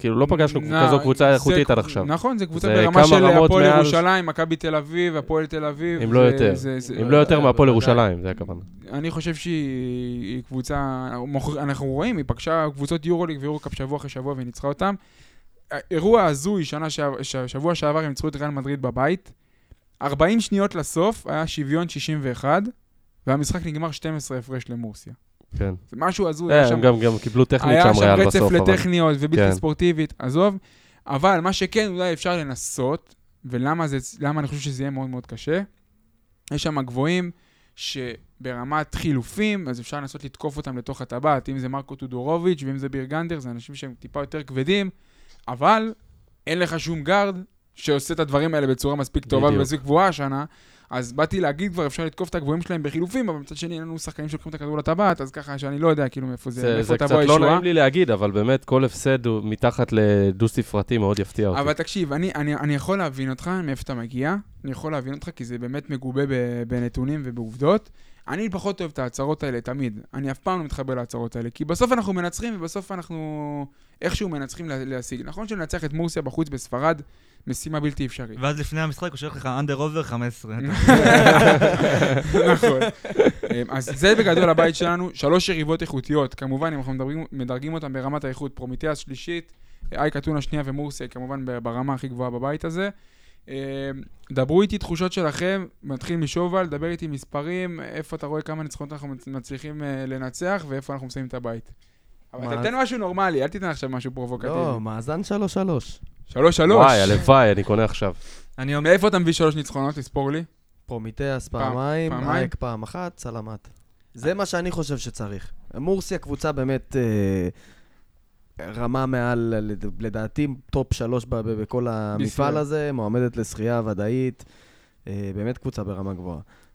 כאילו לא פגשנו כזו קבוצה איכותית עד עכשיו. נכון, זה קבוצה ברמה של הפועל ירושלים, מכבי תל אביב, הפועל תל אביב. אם לא יותר, אם לא יותר מהפועל ירושלים, זה הכוונה. אני חושב שהיא קבוצה, אנחנו רואים, היא פגשה קבוצות יורוליג ויורוקאפ שבוע אחרי שבוע וניצחה אותם. אירוע הזוי, שבוע שעבר הם ניצחו את ריאל מדריד בבית, ארבעים שניות לסוף, היה שוויון שישים ואחת, והמשחק נגמר שתים עשרה הפרש למורסיה. כן. זה משהו הזוי. הם גם קיבלו טכנית שם ריאל בסוף. היה שם רצף לטכניות ובלתי ספורטיבית, עזוב. אבל מה שכן, אולי אפשר לנסות, ולמה אני חושב שזה יהיה מאוד מאוד קשה, יש שם גבוהים שברמת חילופים, אז אפשר לנסות לתקוף אותם לתוך הטבעת, אם זה מרקו טודורוביץ' ואם זה בירגנדר, זה אנשים שהם טיפה יותר כבדים, אבל אין לך שום גארד שעושה את הדברים האלה בצורה מספיק טובה ומספיק גבוהה השנה, אז באתי להגיד כבר, אפשר לתקוף את הגבוהים שלהם בחילופים, אבל מצד שני אין לנו שחקנים שלוקחים את הכדור לטבעת, אז ככה שאני לא יודע כאילו מאיפה זה, מאיפה תבוא הישועה. זה קצת לא נעים לי להגיד, אבל באמת כל הפסד הוא מתחת לדו ספרתי מאוד יפתיע אותי. אבל תקשיב, אני, אני, אני יכול להבין אותך, מאיפה אתה מגיע, אני יכול להבין אותך, כי זה באמת מגובה בנתונים ובעובדות. אני פחות אוהב את ההצהרות האלה תמיד. אני אף פעם לא מתחבר להצהרות האלה, כי בסוף אנחנו מנצחים, ובסוף אנחנו איכשהו מנסחים להשיג. נכון שננצח את מורסיה בחוץ בספרד, משימה בלתי אפשרית. ואז לפני המשחק הוא שואל לך אנדר אובר חמש עשרה. נכון. אז זה בגדול הבית שלנו, שלוש יריבות איכותיות. כמובן, אם אנחנו מדרגים אותם ברמת האיכות, פרומיתאס שלישית, אייקה אתונה שנייה ומורסיה, כמובן ברמה הכי גבוהה בבית הזה. דברו איתי תחושות שלכם, מתחיל משובל, דבר איתי מספרים, איפה אתה רואה כמה ניצחונות אנחנו מצליחים לנצח, ואיפה אנחנו מסיימים את הבית. אבל תתן משהו נורמלי, אל תיתן עכשיו משהו פרובוקטיבי. לא, מאזן שלוש שלוש. שלוש שלוש. וואי, הלוואי, אני קונה עכשיו. מאיפה אתה מביא שלוש ניצחונות? תספור לי. פרומיתאס פעמיים, אייק פעם אחת, סלמת. זה מה שאני חושב שצריך. מורסיה קבוצה באמת רמה מעל, לדעתי, טופ שלוש בכל המפעל הזה, מועמדת לשחייה ודאית, באמת קבוצה ברמה גבוהה.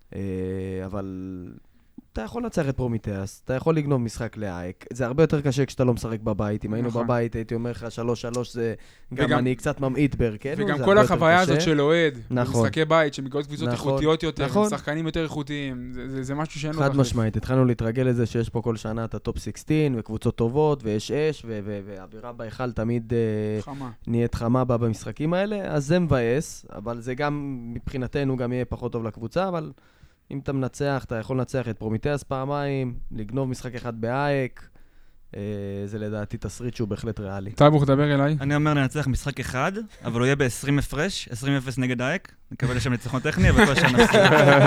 אבל אתה יכול לנצח את פרומיתאס, אתה יכול לגנוב משחק לאייק, זה הרבה יותר קשה כשאתה לא משחק בבית, אם היינו בבית הייתי אומר לך שלוש שלוש זה גם אני קצת ממעיט בהרכנו, וגם כל החוויה הזאת של אוהד, משחקי בית, שמגיעות קבוצות איכותיות יותר, שחקנים יותר איכותיים, זה משהו שאין לו חד משמעית, התחלנו להתרגל לזה שיש פה כל שנה את הטופ שש עשרה, וקבוצות טובות, ויש אש, והאווירה בהיכל תמיד נהיית חמה בה במשחקים האלה, אז זה מבאס, אבל זה גם מבחינתנו גם יהיה פחות טוב לקבוצה, אבל אם אתה מנצח, אתה יכול לנצח את פרומיתאס פעמיים, לגנוב משחק אחד באייק, זה לדעתי תסריט שהוא בהחלט ריאלי. טאבוך, דבר אליי. אני אומר לנצח משחק אחד, אבל הוא יהיה ב-עשרים הפרש, עשרים אפס נגד אייק, נקבל לשם ניצחון טכני, אבל כל השנה נפסיד.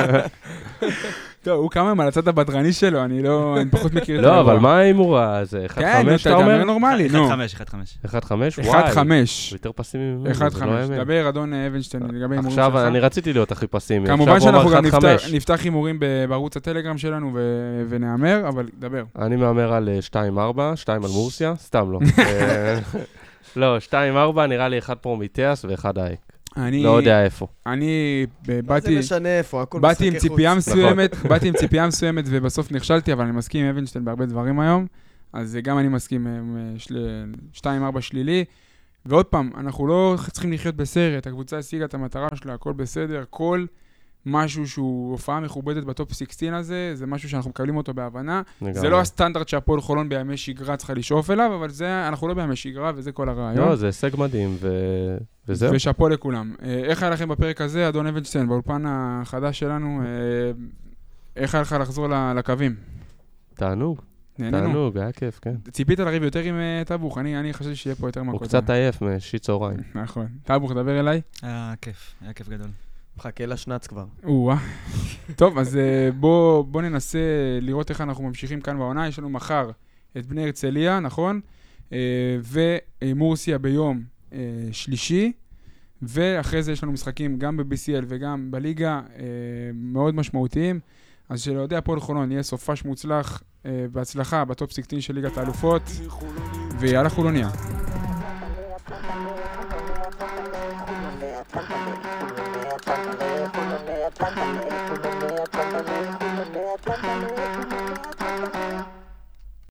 טוב, הוא קם על הצד הבדרני שלו, אני לא, אני פחות מכיר את לא, אבל מה האימור הזה? אחד חמש, אתה אומר? נורמלי, אחד חמש, אחד חמש. אחד חמש? אחד חמש. יותר פסימי ממנו, אחד חמש. דבר, אדון אבנשטיין, לגבי הימורים שלך. עכשיו, אני רציתי להיות הכי פסימי. כמובן שאנחנו גם נפתח הימורים בערוץ הטלגרם שלנו ונאמר, אבל דבר. אני מאמר על שתיים ארבע, שתיים על מורסיה, סתם לא. לא, שתיים ארבע נראה לי אחד פרומיתאס ואחד אייק. לא יודע איפה. אני באתי... מה זה משנה איפה? הכל באתי עם ציפייה מסוימת, באתי עם ציפייה מסוימת ובסוף נכשלתי, אבל אני מסכים עם אבנשטיין בהרבה דברים היום, אז גם אני מסכים עם שתיים ארבע שלילי, ועוד פעם, אנחנו לא צריכים לחיות בסרט, הקבוצה השיגה את המטרה שלה, הכל בסדר, כל משהו שהוא הופעה מכובדת בטופ שש עשרה הזה, זה משהו שאנחנו מקבלים אותו בהבנה. זה לא הסטנדרט שהפועל חולון בימי שגרה צריכה לשאוף אליו, אבל זה, אנחנו לא בימי שגרה, וזה כל הרעיון. לא, זה הישג מדהים, ו... וזהו. ושאפו לכולם. איך היה לכם בפרק הזה, אדון אבנשטיין, באולפן החדש שלנו, איך היה לך לחזור לקווים? תענוג. תענוג, היה כיף, כן. ציפית לריב יותר עם טאבוך, אני חשבתי שיהיה פה יותר מכות. הוא קצת עייף משיט צהריים. נכון. טאבוך, דבר אליי. היה כיף, היה כיף גדול. מחכה לשנץ כבר. או-אה. טוב, אז בוא, בוא ננסה לראות איך אנחנו ממשיכים כאן בעונה. יש לנו מחר את בני הרצליה, נכון? ומורסיה ביום שלישי, ואחרי זה יש לנו משחקים גם ב-בי סי אל וגם בליגה מאוד משמעותיים. אז שלעודי הפועל חולון יהיה סופש מוצלח בהצלחה בטופ שש עשרה של ליגת האלופות, ויאללה חולוניה.